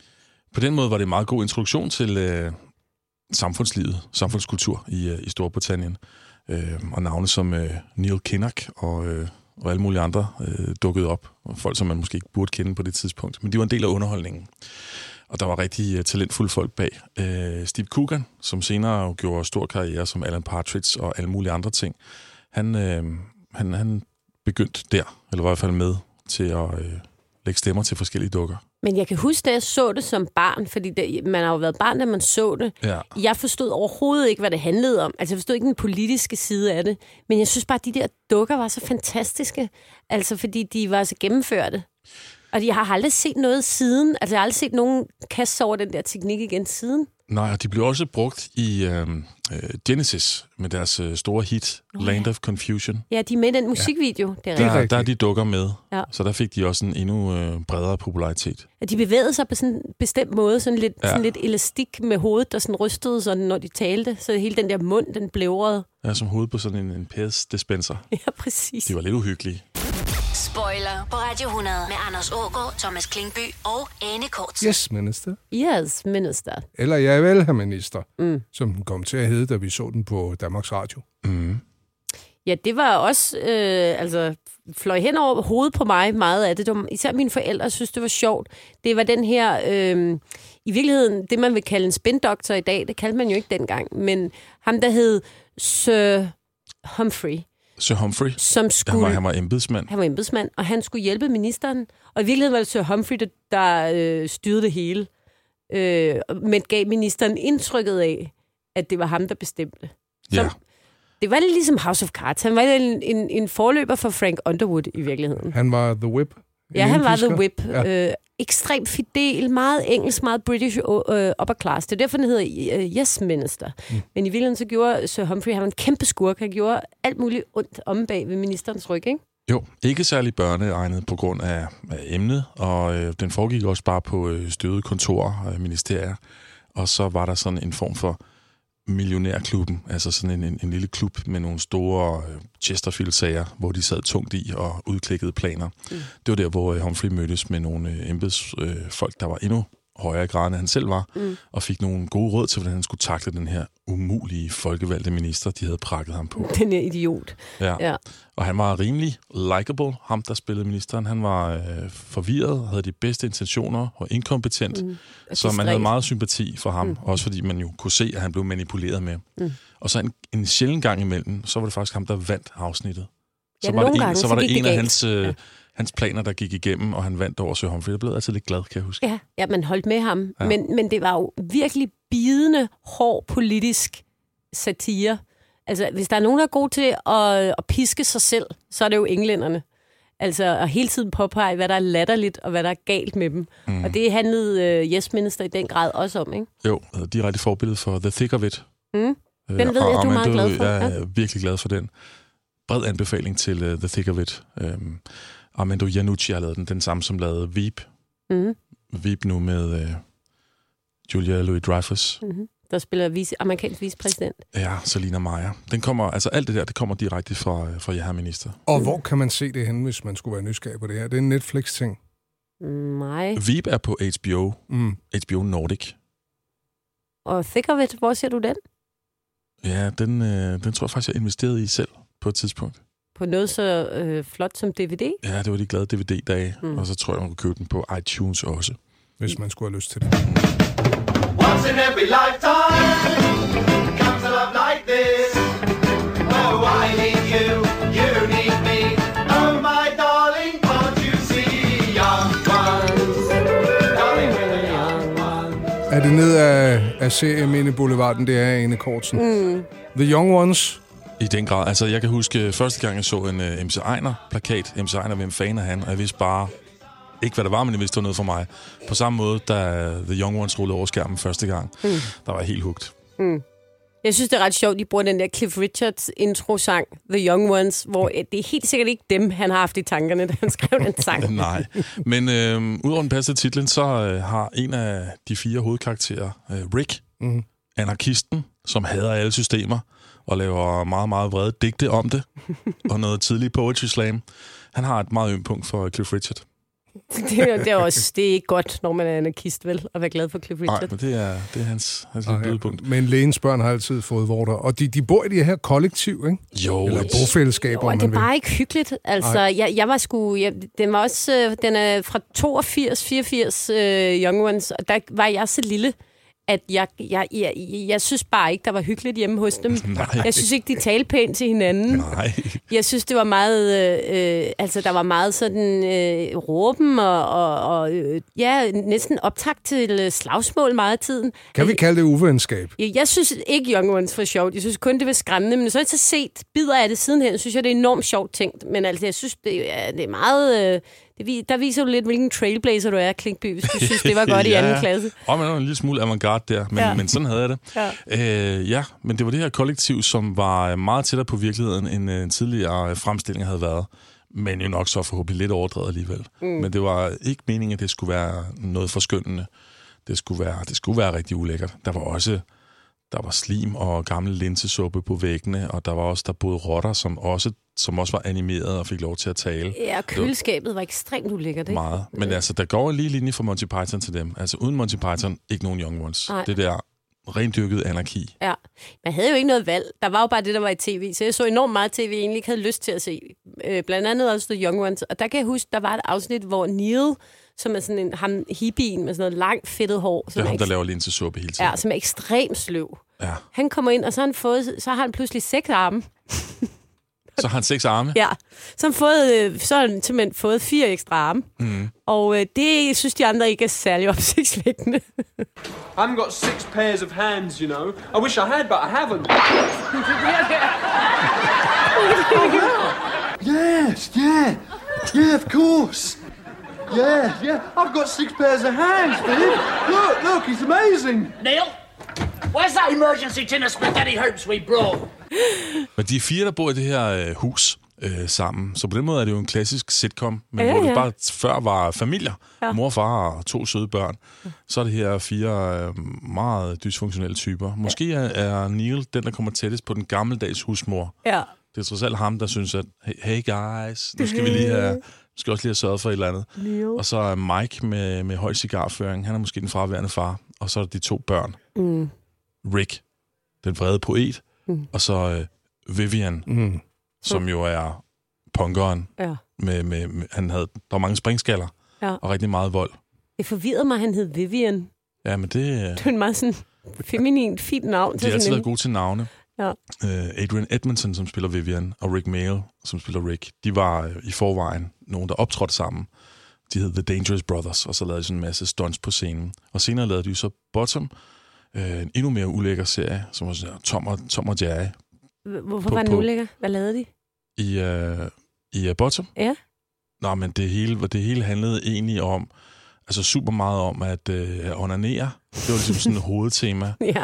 På den måde var det en meget god introduktion til øh, samfundslivet, samfundskultur i, øh, i Storbritannien. Øh, og navne som øh, Neil Kinnock og, øh, og alle mulige andre øh, dukkede op. Folk, som man måske ikke burde kende på det tidspunkt. Men de var en del af underholdningen. Og der var rigtig uh, talentfulde folk bag. Uh, Steve Coogan, som senere gjorde stor karriere som Alan Partridge og alle mulige andre ting, han, uh, han, han begyndte der, eller var i hvert fald med, til at uh, lægge stemmer til forskellige dukker. Men jeg kan huske, da jeg så det som barn, fordi det, man har jo været barn, da man så det. Ja. Jeg forstod overhovedet ikke, hvad det handlede om. Altså, jeg forstod ikke den politiske side af det. Men jeg synes bare, at de der dukker var så fantastiske. Altså, fordi de var så gennemførte. Og jeg har aldrig set noget siden. Altså, jeg har aldrig set nogen kaste over den der teknik igen siden. Nej, og de blev også brugt i øh, Genesis med deres øh, store hit, oh, Land ja. of Confusion. Ja, de er med i den musikvideo. Ja. Det er der, der er de dukker med, ja. Så der fik de også en endnu øh, bredere popularitet. Ja, de bevægede sig på sådan en bestemt måde, sådan lidt, ja. sådan lidt elastik med hovedet, der sådan rystede, sådan, når de talte. Så hele den der mund, den blævrede. Ja, som hovedet på sådan en, en pæs-dispenser. Ja, præcis. De var lidt uhyggelige. Spoiler på Radio hundrede med Anders Aagaard, Thomas Klinkby og Ane Cortzen. Yes, minister. Yes, minister. Eller jeg vel, herr minister, mm. som den kom til at hedde, da vi så den på Danmarks Radio. Mm. Ja, det var også, øh, altså, fløj hen over hovedet på mig meget af det. det var, især mine forældre synes, det var sjovt. Det var den her, øh, i virkeligheden, det man vil kalde en spindoktor i dag, det kaldte man jo ikke dengang, men ham, der hed Sir Humphrey. Sir Humphrey? Som skulle, han, var, han var embedsmand. Han var embedsmand, og han skulle hjælpe ministeren. Og i virkeligheden var det Sir Humphrey, der, der øh, styrede det hele. Øh, men gav ministeren indtrykket af, at det var ham, der bestemte. Så, Ja. det var lidt ligesom House of Cards. Han var en, en, en forløber for Frank Underwood i virkeligheden. Han var The Whip. Ja, han var The Whip. Ja. Øh, ekstremt fidel, meget engelsk, meget British uh, upper class. Det er derfor, han hedder uh, Yes Minister. Mm. Men i virkeligheden så gjorde Sir Humphrey, han var en kæmpe skurk. Han gjorde alt muligt ondt om bag ved ministerens ryg, ikke? Jo, ikke særlig børneegnet på grund af, af emnet, og øh, den foregik også bare på øh, støvede kontorer og øh, ministerier. Og så var der sådan en form for millionærklubben, altså sådan en, en, en lille klub med nogle store øh, Chesterfield-sager, hvor de sad tungt i og udklikkede planer. Mm. Det var der, hvor øh, Humphrey mødtes med nogle øh, embedsfolk, øh, folk, der var endnu højere grad, end han selv var, mm. og fik nogle gode råd til, hvordan han skulle takle den her umulige folkevalgte minister, de havde prakket ham på. Den er idiot. Ja. Ja. Og han var rimelig likable, ham der spillede ministeren. Han var øh, forvirret, havde de bedste intentioner og inkompetent, mm. så man havde meget sympati for ham, mm. også fordi man jo kunne se, at han blev manipuleret med. Mm. Og så en, en sjælden gang imellem, så var det faktisk ham, der vandt afsnittet. Så ja, var, det en, gange, så var så der en af galt. hans, øh, ja. hans planer, der gik igennem, og han vandt over Sir Humphrey. Jeg blev altid lidt glad, kan jeg huske. Ja, ja, man holdt med ham. Ja. Men, men det var jo virkelig bidende, hård politisk satire. Altså, hvis der er nogen, der er god til at, at piske sig selv, så er det jo englænderne. Altså, at hele tiden påpege, hvad der er latterligt, og hvad der er galt med dem. Mm. Og det handlede uh, Yes Minister i den grad også om, ikke? Jo, direkte forbillede for The Thick of It. Mm. Den ved jeg, du er meget glad for. Jeg er virkelig glad for den. Bred anbefaling til uh, The Thick of It. Um, Armando Iannucci har lavet den, den samme, som lavede Veep. Mm. Veep nu med uh, Julia Louis-Dreyfus. Mm-hmm. Der spiller vice, amerikansk vicepræsident. Ja, Selina Meyer. Den kommer, altså alt det der, det kommer direkte fra, fra jer, minister. Og hvor kan man se det hen, hvis man skulle være nysgerrig på det her? Det er en Netflix-ting. Nej. Veep er på H B O. Mm. H B O Nordic. Og Thick of It, hvor ser du den? Ja, den, øh, den tror jeg faktisk, jeg investerede i selv på et tidspunkt. På noget så øh, flot som D V D? Ja, det var de glade D V D-dage. Mm. Og så tror jeg, man kunne købe den på iTunes også. Hvis man skulle have lyst til det. Once in every lifetime comes a love like this. Oh, I need you, you need me. Oh, my darling, can't you see? Young ones, darling, we're the young ones. Er det ned af, af serieminde Boulevarden, det er Ane Cortzen? Mm. The Young Ones? I den grad. Altså, jeg kan huske første gang, jeg så en uh, M C Ejner-plakat. M C Ejner, hvem fan er han? Og jeg vidste bare ikke, hvad det var, men jeg vidste, det var noget for mig. På samme måde, da The Young Ones rullede over skærmen første gang, mm. der var jeg helt hugt. Mm. Jeg synes, det er ret sjovt, de bruger den der Cliff Richards intro-sang, The Young Ones, hvor det er helt sikkert ikke dem, han har haft i tankerne, da han skrev den sang. Nej, men øh, udover den passede titlen, så øh, har en af de fire hovedkarakterer, øh, Rick, mm. anarkisten, som hader alle systemer, og laver meget, meget vrede digte om det, og noget tidlig poetry slam. Han har et meget ømt punkt for Cliff Richard. Det er, det er også det er ikke godt, når man er anarkist, vel, at være glad for Cliff Richard. Nej, men det er, det er hans, hans okay. blødpunkt. Men lægens børn har altid fået vorter, og de, de bor i de her kollektiv, ikke? Jo. Eller bofællesskaber, jo, og man det er vil. bare ikke hyggeligt. Altså, jeg, jeg var sgu... Jeg, den var også... Den er fra toogfirs fireogfirs uh, Young Ones, og der var jeg så lille, at jeg, jeg, jeg, jeg synes bare ikke, der var hyggeligt hjemme hos dem. Nej. Jeg synes ikke, de talte pænt til hinanden. Nej. Jeg synes, det var meget... Øh, altså, der var meget sådan øh, råben og, og, og øh, ja, næsten optakt til slagsmål meget af tiden. Kan vi kalde det uvenskab? Jeg, jeg synes ikke, Young Ones var sjovt. Jeg synes kun, det var skræmmende. Men så har jeg så set bidder af det sidenhen, synes jeg, det er enormt sjovt tænkt. Men altså, jeg synes, det er, det er meget... Øh, Det, der viser du lidt, hvilken trailblazer du er, Klinkby, hvis du synes, det var godt ja. i anden klasse. Og man var en lille smule avantgarde der, men, ja. men sådan havde jeg det. Ja. Øh, ja, men det var det her kollektiv, som var meget tættere på virkeligheden, end en tidligere fremstilling havde været. Men jo nok så forhåbentlig lidt overdrevet alligevel. Mm. Men det var ikke meningen, at det skulle være noget forskyndende. Det skulle være, det skulle være rigtig ulækkert. Der var også... Der var slim og gammel linsesuppe på væggene, og der var også der boede rotter, som også, som også var animeret og fik lov til at tale. Ja, køleskabet var, var ekstremt ulækkert, ikke? Meget. Men altså, der går en lige linje fra Monty Python til dem. Altså, uden Monty Python, ikke nogen Young Ones. Nej. Det der rendyrket anarki. Ja, man havde jo ikke noget valg. Der var jo bare det, der var i tv, så jeg så enormt meget tv, jeg egentlig ikke havde lyst til at se. Øh, blandt andet også The Young Ones. Og der kan jeg huske, der var et afsnit, hvor Neil, som er sådan en ham hippien med sådan noget langt fedtet hår. Det er ham, er der laver linsesuppe hele tiden. Ja, som er ekstremt sløv. Ja. Han kommer ind, og så har han, fået, så har han pludselig seks arme. Så har han seks arme? Ja. Så har han, fået, så har han simpelthen fået fire ekstra arme. Mm. Og øh, det synes de andre ikke er særlig opsigtsvækkende. I haven't got six pairs of hands, you know. I wish I had, but I haven't. Yes, yeah, yeah, of course. Yeah, yeah, I've got six pairs of hands, babe. Look, look, it's amazing. Neil, where's that emergency tin of spaghetti hoops we brought? Men de er fire, der bor i det her øh, hus øh, sammen. Så på den måde er det jo en klassisk sitcom, men ja, hvor det ja. bare før var familier. Ja. Mor, far og to søde børn. Så er det her fire øh, meget dysfunktionelle typer. Måske er, er Neil den, der kommer tættest på den gammeldags husmor. Ja. Det er trods alt ham, der synes, at hey guys, nu skal vi lige have, nu skal også lige have sørget for et eller andet. Neil. Og så er Mike med, med høj cigarføring. Han er måske den fraværende far. Og så er der de to børn. Mm. Rick, den vrede poet. Mm. Og så øh, Vivian, mm. som jo er punkeren. Ja. Med, med, med, han havde, der var mange springskaller Ja. og rigtig meget vold. Det forvirrede mig, at han hed Vivian. Ja, men det... Det er en meget sådan feminin, fint navn. De har altid været gode til navne. Ja. Uh, Adrian Edmondson, som spiller Vivian, og Rick Mayall, som spiller Rick, de var uh, i forvejen nogen, der optrådte sammen. De hed The Dangerous Brothers, og så lavede de sådan en masse stunts på scenen. Og senere lavede de så Bottom, uh, en endnu mere ulækker serie, som var sådan, Tom og, Tom og Jerry. Hvorfor på, var den på, ulækker? Hvad lavede de? I, uh, i uh, Bottom? Ja. Nå, men det hele, det hele handlede egentlig om, altså super meget om at uh, onanere. Det var ligesom sådan et hovedtema. Ja.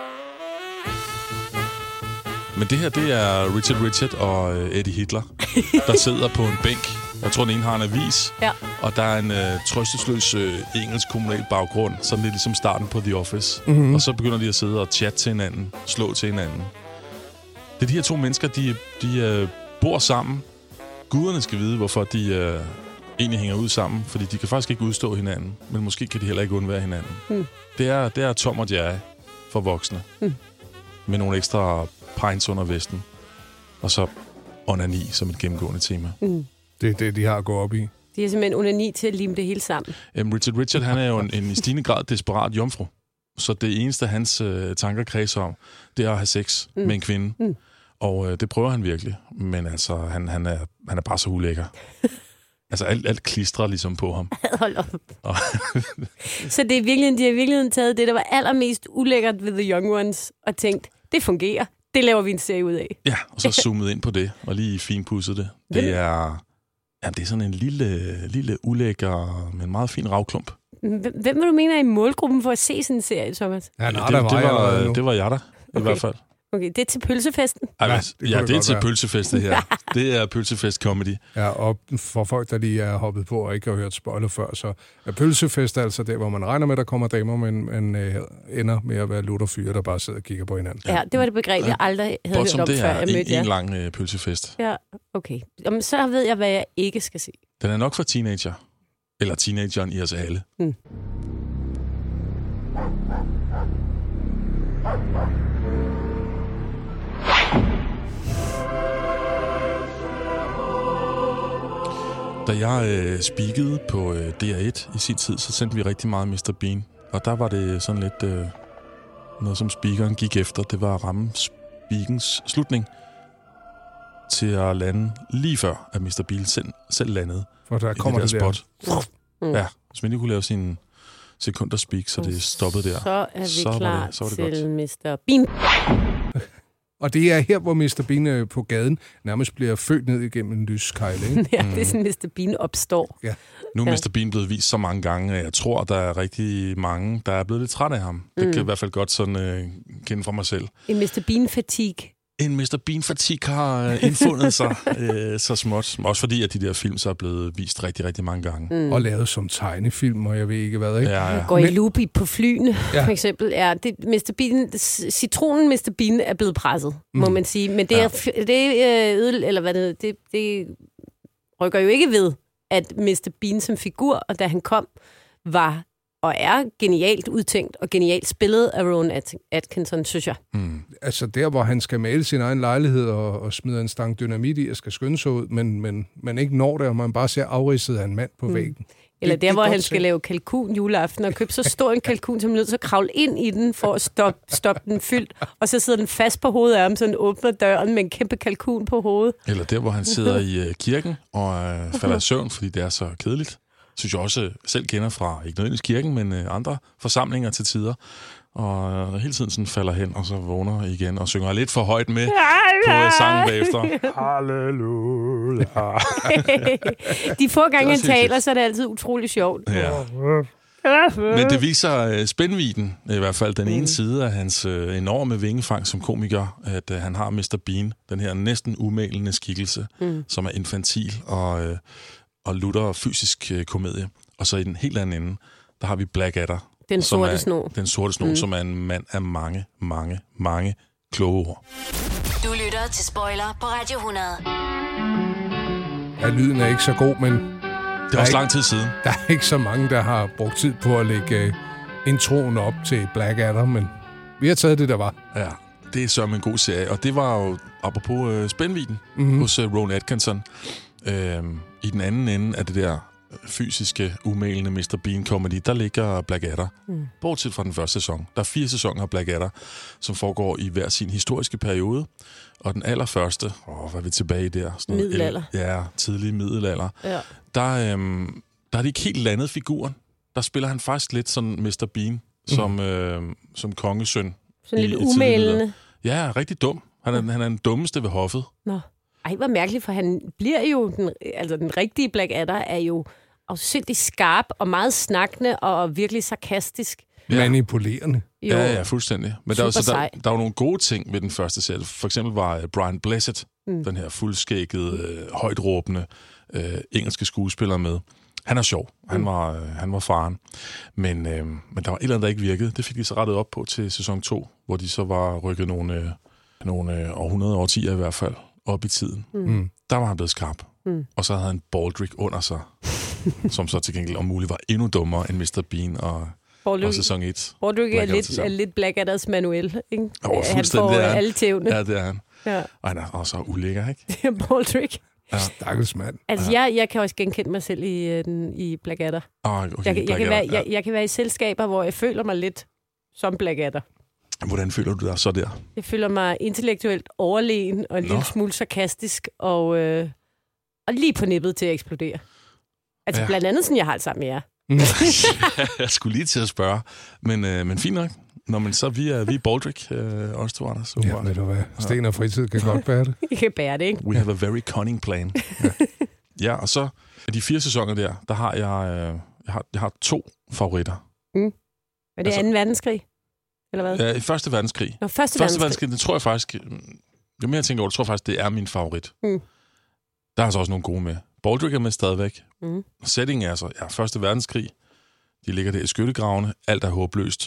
Men det her, det er Richard Richard og uh, Eddie Hitler, der sidder på en bænk. Jeg tror, den ene har en avis, ja. og der er en uh, trøstesløs uh, engelsk kommunal baggrund, sådan lidt ligesom starten på The Office. Mm-hmm. Og så begynder de at sidde og chatte til hinanden, slå til hinanden. Det er de her to mennesker, de, de uh, bor sammen. Guderne skal vide, hvorfor de uh, egentlig hænger ud sammen, fordi de kan faktisk ikke udstå hinanden, men måske kan de heller ikke undvære hinanden. Mm. Det, er, det er Tom og Jerry for voksne, mm. med nogle ekstra pints under vesten, og så onani som et gennemgående tema. Mm. Det er det, de har at gå op i. De er simpelthen onani til at lime det hele sammen. Um, Richard Richard, han er jo en, en i stigende grad desperat jomfru, så det eneste, hans uh, tanker kredser om, det er at have sex mm. med en kvinde. Mm. Og uh, det prøver han virkelig, men altså, han, han, er, han er bare så ulækker. Altså, alt, alt klistrer ligesom på ham. Hold op. Så det er virkelig, de har virkelig taget det, der var allermest ulækkert ved The Young Ones, og tænkt, det fungerer. Det laver vi en serie ud af. Ja, og så zoomet ind på det, og lige finpudset det. Det er, ja, det er sådan en lille, lille ulækker, men meget fin ravklump. Hvem vil du mene er i målgruppen for at se sådan en serie, Thomas? Ja, nej, det, der var det, var, jeg det var jeg der, okay. i hvert fald. Okay, det er til pølsefesten? Ej, ja, det, ja, det, det er til være. pølsefest, det her. Det er pølsefest-comedy. Ja, og for folk, der lige er hoppet på og ikke har hørt spoiler før, så er pølsefest altså der, hvor man regner med, der kommer damer, men man øh, ender med at være lutter fyre, der bare sidder og kigger på hinanden. Ja, det var det begreb, jeg aldrig havde Bottom, hørt om, før jeg mødte en, jer. en lang øh, pølsefest. Ja, okay. Jamen, så ved jeg, hvad jeg ikke skal se. Den er nok for teenager. Eller teenageren i os alle. Mm. Da jeg øh, speakede på øh, D R et i sin tid, så sendte vi rigtig meget mister Bean. Og der var det sådan lidt øh, noget, som speakeren gik efter. Det var at ramme speakens slutning til at lande lige før, at mister Bean selv, selv landede. For der kommer det, det der spot. Mm. Ja, hvis man lige kunne lave sin sekunder speak, så det stoppede der. Så er vi så klar det, så det til godt. mister Bean. Og det er her, hvor mister Bean på gaden nærmest bliver født ned igennem en lyskejle, ikke? Ja, det er sådan, mister Bean opstår. Ja. Nu er Ja. mister Bean blevet vist så mange gange, at jeg tror, der er rigtig mange, der er blevet lidt træt af ham. Det Mm. kan jeg i hvert fald godt sådan øh, kende fra mig selv. En mister Bean-fatigue. En mister Bean-fatigue har øh, indfundet sig øh, så småt. Også fordi, at de der film så er blevet vist rigtig, rigtig mange gange. Mm. Og lavet som tegnefilm, og jeg ved ikke hvad, ikke? Ja, ja. Går i loop i på flyene, Ja. for eksempel. Ja, det, mister Bean, citronen mister Bean er blevet presset, mm. må man sige. Men det, Ja. er, det, er, øde, eller hvad det, det, det rykker jo ikke ved, at mister Bean som figur, og da han kom, var og er genialt udtænkt og genialt spillet af Rowan At- Atkinson, synes jeg. Mm. Altså der, hvor han skal male sin egen lejlighed og, og smider en stang dynamit i og skal skynde sig ud, men, men, men ikke når det, og man bare ser afridset af en mand på mm. væggen. Eller Det- der, det er hvor godt han skal set. lave kalkun juleaften, og købe så stor en kalkun, som nødt til at kravle ind i den, for at stoppe, stoppe den fyldt. Og så sidder den fast på hovedet af ham, så den åbner døren med en kæmpe kalkun på hovedet. Eller der, hvor han sidder i øh, kirken og øh, falder i søvn, fordi det er så kedeligt. Synes jeg også selv kender fra, ikke nødvendigvis kirken, men øh, andre forsamlinger til tider. Og øh, hele tiden sådan falder hen, og så vågner igen og synger lidt for højt med på øh, sangen bagefter. Halleluja. De få gange, han også taler, hyggeligt. så er det altid utrolig sjovt. Ja. Men det viser øh, spændvidden, i hvert fald den ene mm. side af hans øh, enorme vingefang som komiker, at øh, han har mister Bean, den her næsten umælende skikkelse, mm. som er infantil og, øh, og lutter fysisk øh, komedie. Og så i den helt anden ende, der har vi Blackadder. Den som sorte er, sno. Den sorte sno, mm. som er en mand af mange, mange, mange kloge ord. Du lytter til Spoiler på Radio hundrede. Ja, lyden er ikke så god, men Det er også lang tid siden. der er ikke så mange, der har brugt tid på at lægge uh, introen op til Blackadder, men vi har taget det, der var. Ja, det er sørme en god serie. Og det var jo, apropos øh, spændvidden, mm-hmm. hos øh, Rowan Atkinson. Øh, I den anden ende af det der fysiske, umælende mister Bean-comedy, der ligger Blackadder. Mm. Bortset fra den første sæson. Der er fire sæsoner af Blackadder, som foregår i hver sin historiske periode. Og den allerførste, åh, hvad er vi tilbage i der? Sådan noget Middelalder. el- Ja, tidlig middelalder. Ja. Der, øhm, der er det ikke helt landet figuren. Der spiller han faktisk lidt sådan mister Bean, mm. som, øh, som kongesøn. Sådan i- lidt i tidlig umælende. middelalder. Ja, rigtig dum. Han er, han er den dummeste ved hoffet. Nå. Ej, hvor mærkeligt, for han bliver jo... Den, altså, den rigtige Blackadder er jo afsindig skarp og meget snakkende og virkelig sarkastisk. Ja. Manipulerende. Jo. Ja, ja, fuldstændig. Men der, er jo Super så, der, sej. der er jo nogle gode ting med den første serie. For eksempel var øh, Brian Blessed, mm. den her fuldskæggede, øh, højtråbende øh, engelske skuespiller med. Han er sjov. Han, mm. var, øh, han var faren. Men, øh, men der var et eller andet, der ikke virkede. Det fik de så rettet op på til sæson to, hvor de så var rykket nogle, øh, nogle øh, århundrede, årtier i hvert fald, op i tiden. Mm. Der var han blevet skarp. Mm. Og så havde han Baldrick under sig, som så til gengæld om muligt var endnu dummere end mister Bean og, og sæson et. Baldrick er lidt, er lidt Blackadders Manuel, ikke? Oh, han får det er han. alle tævne. Ja, det er han. Ja. Og han er også ulækker, ikke? Det er Baldrick. Ja. Stakkels mand. Altså, jeg, jeg kan også genkende mig selv i, øh, den, i Blackadder. Oh, okay, jeg, jeg, kan være, ja. jeg, jeg kan være i selskaber, hvor jeg føler mig lidt som Blackadder. Hvordan føler du dig så der? Jeg føler mig intellektuelt overlegen og en Nå. lille smule sarkastisk og, øh, og lige på nippet til at eksplodere. Altså Ja. blandt andet sådan, jeg har det sammen med jer. Jeg skulle lige til at spørge, men, øh, men fint nok. Nå, men så vi er vi er Baldrick, øh, også to, Anders. Ja, ved du hvad? Sten og fritid kan godt bære det. I kan bære det, ikke? We have a very cunning plan. Ja, ja og så de fire sæsoner der, der har jeg, øh, jeg, har, jeg har to favoritter. Mm. Er det Altså- anden verdenskrig? Eller hvad? Ja, i Første Verdenskrig. Nå, første, Første verdenskrig, det tror jeg faktisk, jo mere jeg tænker over det, tror jeg faktisk, det er min favorit. Mm. Der er altså også nogle gode med. Baldrick er med stadigvæk. Mm. Settingen er så, ja, Første Verdenskrig. De ligger der i skyttegravene. Alt er håbløst.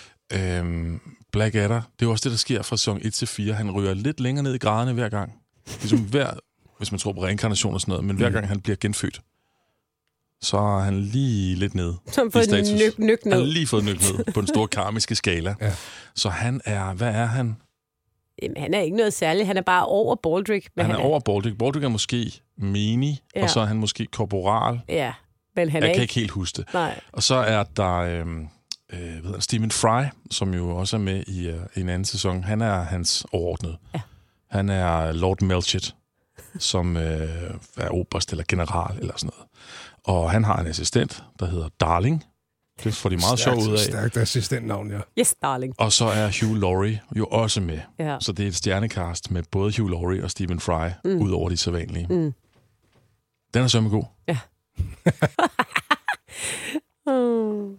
Øhm, Blackadder, det er jo også det, der sker fra sæson et til fire. Han ryger lidt længere ned i graderne hver gang. Ligesom hver, hvis man tror på reinkarnation og sådan noget, men hver gang han bliver genfødt, så er han lige lidt ned Som i fået status. nyk, nyk Han har ned. lige fået nyk ned på den store karmiske skala. Ja. Så han er, hvad er han? Jamen, han er ikke noget særligt. Han er bare over Baldrick. Men Han er over Baldrick. Baldrick er måske menig, Ja. og så er han måske korporal. Ja, men han Jeg er kan ikke... ikke helt huske det. Nej. Og så er der øhm, øh, hvad hedder, Stephen Fry, som jo også er med i, uh, i en anden sæson. Han er hans overordnede. Ja. Han er Lord Melchett, som øh, er oberst eller general eller sådan noget. Og han har en assistent, der hedder Darling. Det får de meget sjov ud af. Stærkt assistentnavn, ja. Yes, darling. Og så er Hugh Laurie jo også med. Ja. Så det er et stjernekast med både Hugh Laurie og Stephen Fry, mm. ud over de sædvanlige. Mm. Den er sørme god. Ja. oh.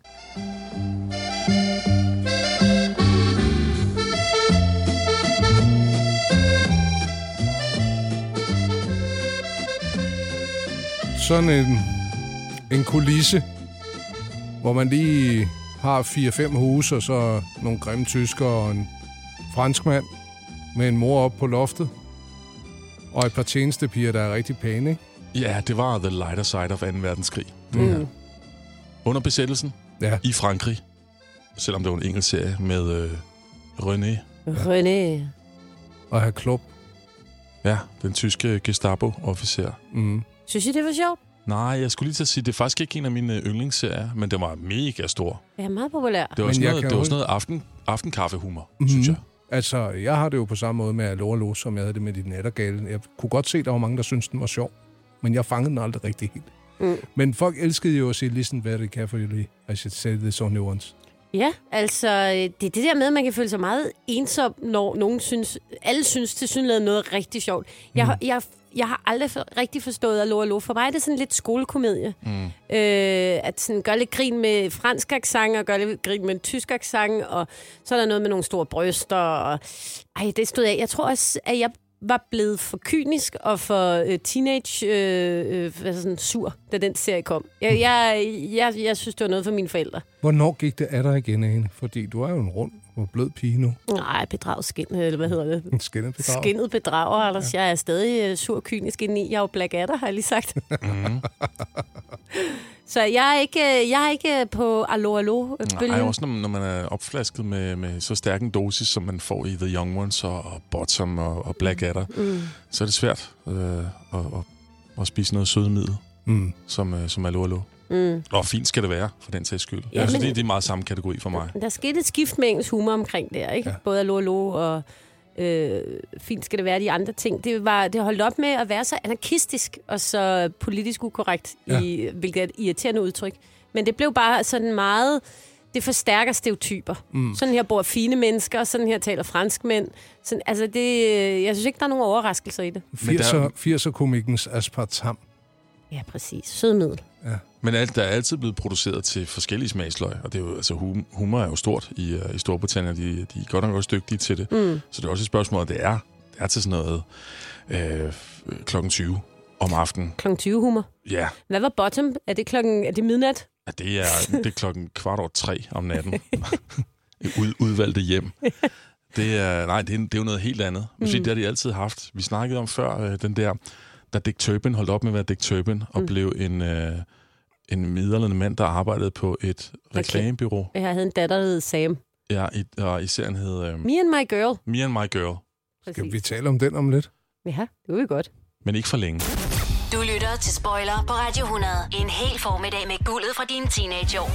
Sådan en, en kulisse, hvor man lige har fire-fem huse, og så nogle grimme tyskere og en franskmand med en mor op på loftet. Og et par tjenestepiger, der er rigtig pæne, ikke? Ja, det var the lighter side of anden verdenskrig. Mm. Under besættelsen Ja. i Frankrig, selvom det var en engelsk serie med øh, René, René. Og have klub. ja, den tyske Gestapo-officer. Mm. Synes I, det var sjovt? Nej, jeg skulle lige til at sige, det er faktisk ikke en af mine yndlingsserier, men det var mega stor. Det er meget populær. Det var Men sådan jeg noget, kan det var jo- sådan noget aften, aftenkaffehumor, Mhm. synes jeg. Altså, jeg har det jo på samme måde med Allo Allo, som jeg havde det med de nattergale. Jeg kunne godt se, at der var mange, der syntes, den var sjov, men jeg fangede den aldrig rigtig helt. Mm. Men folk elskede jo at sige, listen very carefully, I should say this only once. Ja, altså, det er det der med, at man kan føle sig meget ensom, når nogen synes, alle synes tilsyneladende noget rigtig sjovt. Jeg, mm. jeg, jeg har aldrig for, rigtig forstået Allo Allo. For mig er det sådan lidt skolekomedie. Mm. Øh, at sådan gøre lidt grin med fransk accent, og gøre lidt grin med en tysk accent, og så er der noget med nogle store bryster. Og, ej, det stod af. Jeg tror også, at jeg var blevet for kynisk og for øh, teenage øh, øh, hvad sådan, sur, da den serie kom. Jeg, jeg, jeg, jeg synes, det var noget for mine forældre. Hvornår gik det af dig igen, Ane? Fordi du er jo en rund og blød pige nu. Nej, bedragskin, eller hvad hedder det? En skinnet bedrag. Skinnet bedrager, Anders. Ja. Jeg er stadig uh, sur og kynisk indeni. Jeg er jo Blackadder, har jeg lige sagt. Mm. Så jeg er ikke, jeg er ikke på Allo Allo-bølgen. Nej, også når, når man er opflasket med, med så stærk en dosis, som man får i The Young Ones og, og Bottom og, og Blackadder, mm. så er det svært øh, at, at, at spise noget sødemiddel, mm. som, øh, som Allo Allo. Mm. Og fint skal det være, for den sags skyld. Ja, altså, det, det er meget samme kategori for mig. Der skete et skift med engelsk humor omkring det, ikke? Ja. Både Allo Allo og øh, fint skal det være de andre ting. Det var det holdt op med at være så anarkistisk og så politisk ukorrekt, ja. i, hvilket er et irriterende udtryk. Men det blev bare sådan meget... Det forstærker stereotyper. Mm. Sådan her bor fine mennesker, sådan her taler franskmænd. Sådan, altså det, jeg synes ikke, der er nogen overraskelser i det. firser-komikkens aspartam. Ja, præcis. Sødmiddel. Ja. Men alt, der er altid blevet produceret til forskellige smagsløg, og det er jo, altså, hum, humor er jo stort i, uh, i Storbritannien, de, de er godt nok også dygtige til det. Mm. Så det er også et spørgsmål, at det er, det er til sådan noget øh, klokken tyve om aftenen. klokken tyve humor? Ja. Hvad var Bottom? Er det, klokken, er det midnat? Ja, det er, det er klokken kvart over tre om natten. Ud, udvalgte hjem. Det er, nej, det er, det er jo noget helt andet. Mm. Det har de altid haft. Vi snakkede om før, øh, den der, da Dick Turpin holdt op med at være Dick Turpin, og mm. blev en, øh, en middelaldrende mand, der arbejdede på et reklamebyrå. Jeg havde en datter, der hed Sam. Ja, i, og i serien hed... Øh, Me and My Girl. Me and My Girl. Præcis. Skal vi tale om den om lidt? Ja, det vil vi godt. Men ikke for længe. Du lytter til Spoiler på Radio hundrede. En hel formiddag med guldet fra dine teenageår.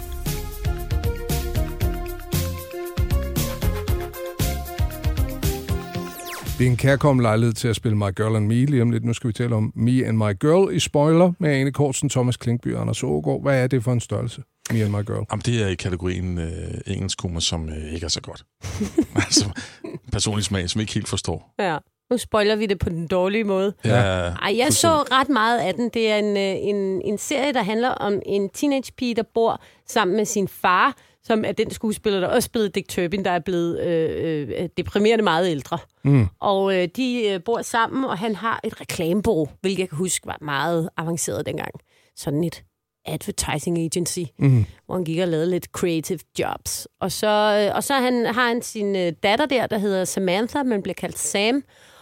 Det er en kærkommen lejlighed til at spille My Girl and Me lige om lidt. Nu skal vi tale om Me and My Girl i Spoiler med Ane Cortzen, Thomas Klinkby og Anders Aagaard. Hvad er det for en størrelse, Me and My Girl? Jamen, det er i kategorien øh, engelsk humor, som øh, ikke er så godt. Altså, personlig smag, som ikke helt forstår. Ja. Nu spoiler vi det på den dårlige måde. Ja, Ej, jeg så ret meget af den. Det er en, en, en serie, der handler om en teenagepige, der bor sammen med sin far, som er den skuespiller, der også spillede Dick Turpin, der er blevet øh, øh, deprimerende meget ældre. Mm. Og øh, de øh, bor sammen, og han har et reklamebureau, hvilket jeg kan huske var meget avanceret dengang. Sådan et advertising agency, mm. hvor han gik og lavede lidt creative jobs. Og så, øh, og så han, har han sin øh, datter der, der hedder Samantha, men bliver kaldt Sam.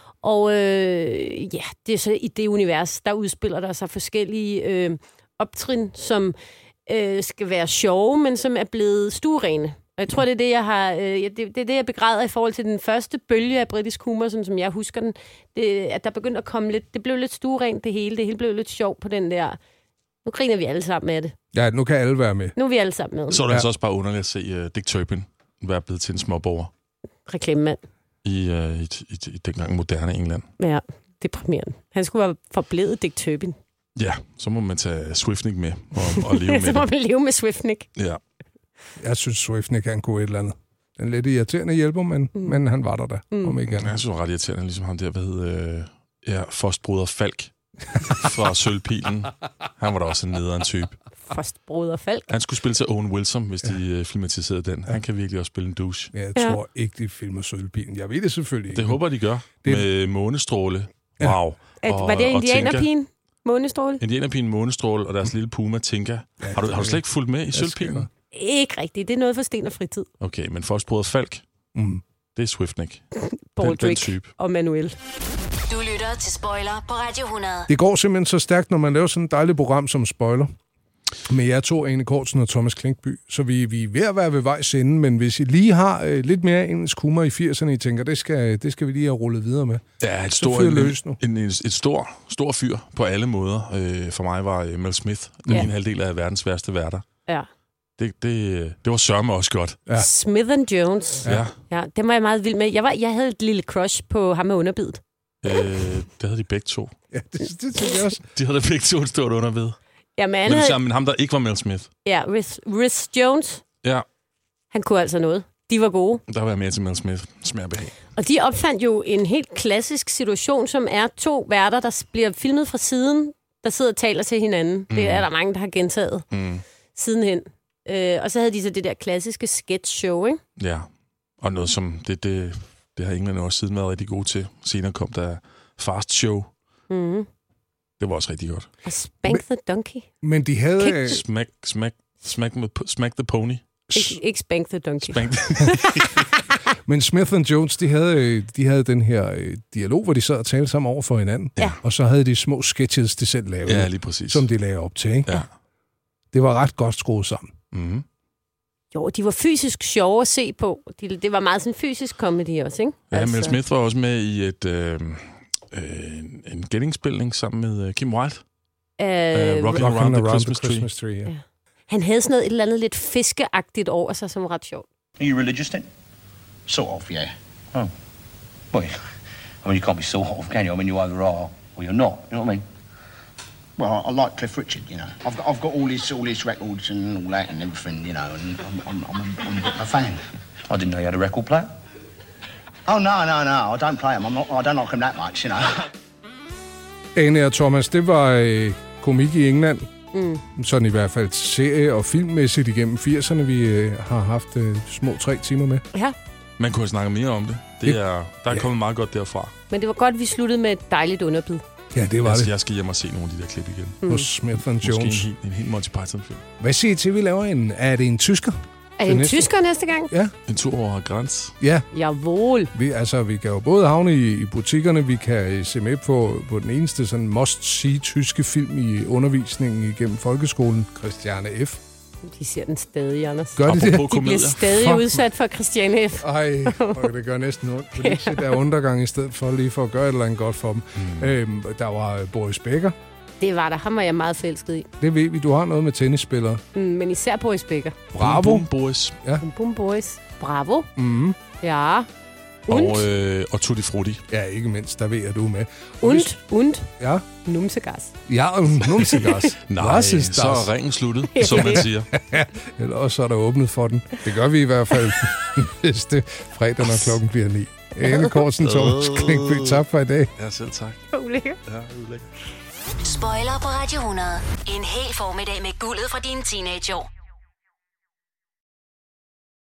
Og øh, ja, det er så i det univers, der udspiller der sig forskellige øh, optrin, som øh, skal være sjove, men som er blevet stuerene. Og jeg tror, det er det, jeg har, øh, det, det er det, jeg begræder i forhold til den første bølge af britisk humor, sådan som jeg husker den. Det, at der begyndte at komme lidt, det blev lidt stuerent det hele, det hele blev lidt sjovt på den der. Nu griner vi alle sammen med det. Ja, nu kan alle være med. Nu er vi alle sammen med. Så er det ja. altså også bare underligt at se uh, Dick Turpin være blevet til en småborger. Reklamemand. I, uh, i, i, i dengang moderne England. Ja, deprimerende. Han skulle være forblevet Dick Turpin. Ja, så må man tage Swiftnick med og, og leve med Så må man leve med Swiftnick. Ja. Jeg synes, Swiftnick han kunne et eller andet. Den lidt irriterende hjælper, men, mm. men han var der da, mm. om ikke andet. Jeg synes, det var ret irriterende, ligesom ham der, hvad hed, øh, ja, Fostbruder Falk fra Sølvpilen. Han var da også en nederen type. Fostbruder Falk? Han skulle spille til Owen Wilson, hvis ja. de øh, filmatiserede den. Han kan virkelig også spille en douche. Ja, jeg tror ja. ikke, de filmer Sølvpilen. Jeg ved det selvfølgelig ikke. Det håber de gør. Det... Med Månestråle. Wow. Ja. Og, var det Indianerpigen? Månestråle? Indianerpigen Månestråle og deres lille puma Tinka. Ja, har, du, har du slet ikke fulgt med i Sølvpilen? Ikke rigtigt. Det er noget for Sten og Fritid. Okay, men Fostbruder Falk, mm. det er Swiftnick. Baldrick og Manuel. Du lytter til Spoiler på Radio hundrede. Det går simpelthen så stærkt, når man laver sådan et dejligt program som Spoiler. med jer to, Ane Cortzen og Thomas Klinkby. Så vi, vi er ved at være ved vejs ende, men hvis I lige har øh, lidt mere engelsk humor i firserne, I tænker, det skal, det skal vi lige have rullet videre med. Ja, et, stor, en, en, en, et stor, stor fyr på alle måder. Øh, for mig var Mel Smith den ja. ene halvdel af verdens værste værter. Ja. Det, det, det var sørme også godt. Ja. Smith and Jones. Ja. Ja, det var jeg meget vild med. Jeg, var, jeg havde et lille crush på ham med underbidet. Øh, det havde de begge to. Ja, det, det tænker jeg også. De havde begge to et stort underbid. Ja, men, men, havde... men ham, der ikke var Mel Smith. Ja, Rhys, Rhys Jones. Ja. Han kunne altså noget. De var gode. Der var jeg mere til Mel Smith. Smagerbehag. Og de opfandt jo en helt klassisk situation, som er to værter, der bliver filmet fra siden, der sidder og taler til hinanden. Mm. Det er der mange, der har gentaget mm. sidenhen. Øh, og så havde de så det der klassiske sketch-show, ikke? Ja, og noget som... Det, det, det har englænderne også siden været rigtig gode til. Senere kom der Fast Show. Mm. Det var også rigtig godt. Og Spank the Donkey. Men de havde... Kick. Smack, smack, smack, smack the Pony. Ik- ikke Spank the Donkey. Spank Men Smith and Jones, de havde, de havde den her øh, dialog, hvor de sad og talte sammen over for hinanden. Ja. Og så havde de små sketches, de selv lavede. Ja, lige præcis. Som de lavede op til, ikke? Ja. Det var ret godt skruet sammen. Mm-hmm. Jo, de var fysisk sjove at se på. De, det var meget sådan fysisk comedy også, ikke? Ja, altså. Mel Smith var også med i et, øh, øh, en genindspilning sammen med uh, Kim Wilde. Uh, uh, Rocking, Rocking Around, around the Christmas, the Christmas Tree. Tree yeah. Ja. Han havde sådan noget et eller andet lidt fiskeagtigt over sig, som var ret sjovt. Are you religious then? Sort of, yeah. Oh. Well, I mean, you can't be sort of, can you? I mean, you either are or you're not. You know what I mean? Well, I like Cliff Richard, you know. I've got, I've got all his, all his records and all that and everything, you know, and I'm, I'm, I'm, a, I'm a bit of a fan. I didn't know you had a record player. Oh, no, no, no, I don't play them. I'm not, I don't like them that much, you know. Ane og Thomas, det var øh, komik i England. Mm. Sådan i hvert fald serie- og filmmæssigt igennem firserne, vi øh, har haft øh, små tre timer med. Ja. Man kunne snakke mere om det. det er, der er ja. kommet meget godt derfra. Men det var godt, vi sluttede med et dejligt underbid. Ja, det var jeg, det. Jeg skal hjem og se nogle af de der klip igen. Mm. Hos Smith and Jones. Måske en, en helt Monty Python-film. Hvad siger I til, vi laver en... Er det en tysker? Er det en næste? tysker næste gang? Ja. En tur over græns. Ja. Jawohl. Vi, altså, vi kan jo både havne i, i butikkerne, vi kan se med på, på den eneste sådan must-see tyske film i undervisningen igennem folkeskolen, Christiane F. De ser den stadig, Anders. Gør de det? De bliver stadig Fuck. udsat for Christiane F. Ej, det gør næsten ondt. Fordi ikke se der undergang i stedet for lige for at gøre et eller andet godt for dem. Mm. Øhm, der var Boris Becker. Det var der. Ham var jeg meget forelsket i. Det ved vi. Du har noget med tennisspillere. Mm, men især Boris Becker. Bravo. Bum, bum, Boris. Ja. Bum, bum, Boris. Bravo. Mm. Ja. Und. Og, øh, og Tutti Frutti. Ja, ikke mindst. Der ved jeg, du er med. Und. Und. Ja. Numsegas. Ja, numsegas. Nej, så er ringen sluttet, som man siger. Eller også så er der åbnet for den. Det gør vi i hvert fald næste fredag, når klokken bliver ni. Ane Cortzen, Thomas Klinkby, tak for i dag. Ja, selv tak. Ulækker. Ja, ulækker. Spoiler på Radio hundrede. En hel formiddag med guldet fra dine teenageår.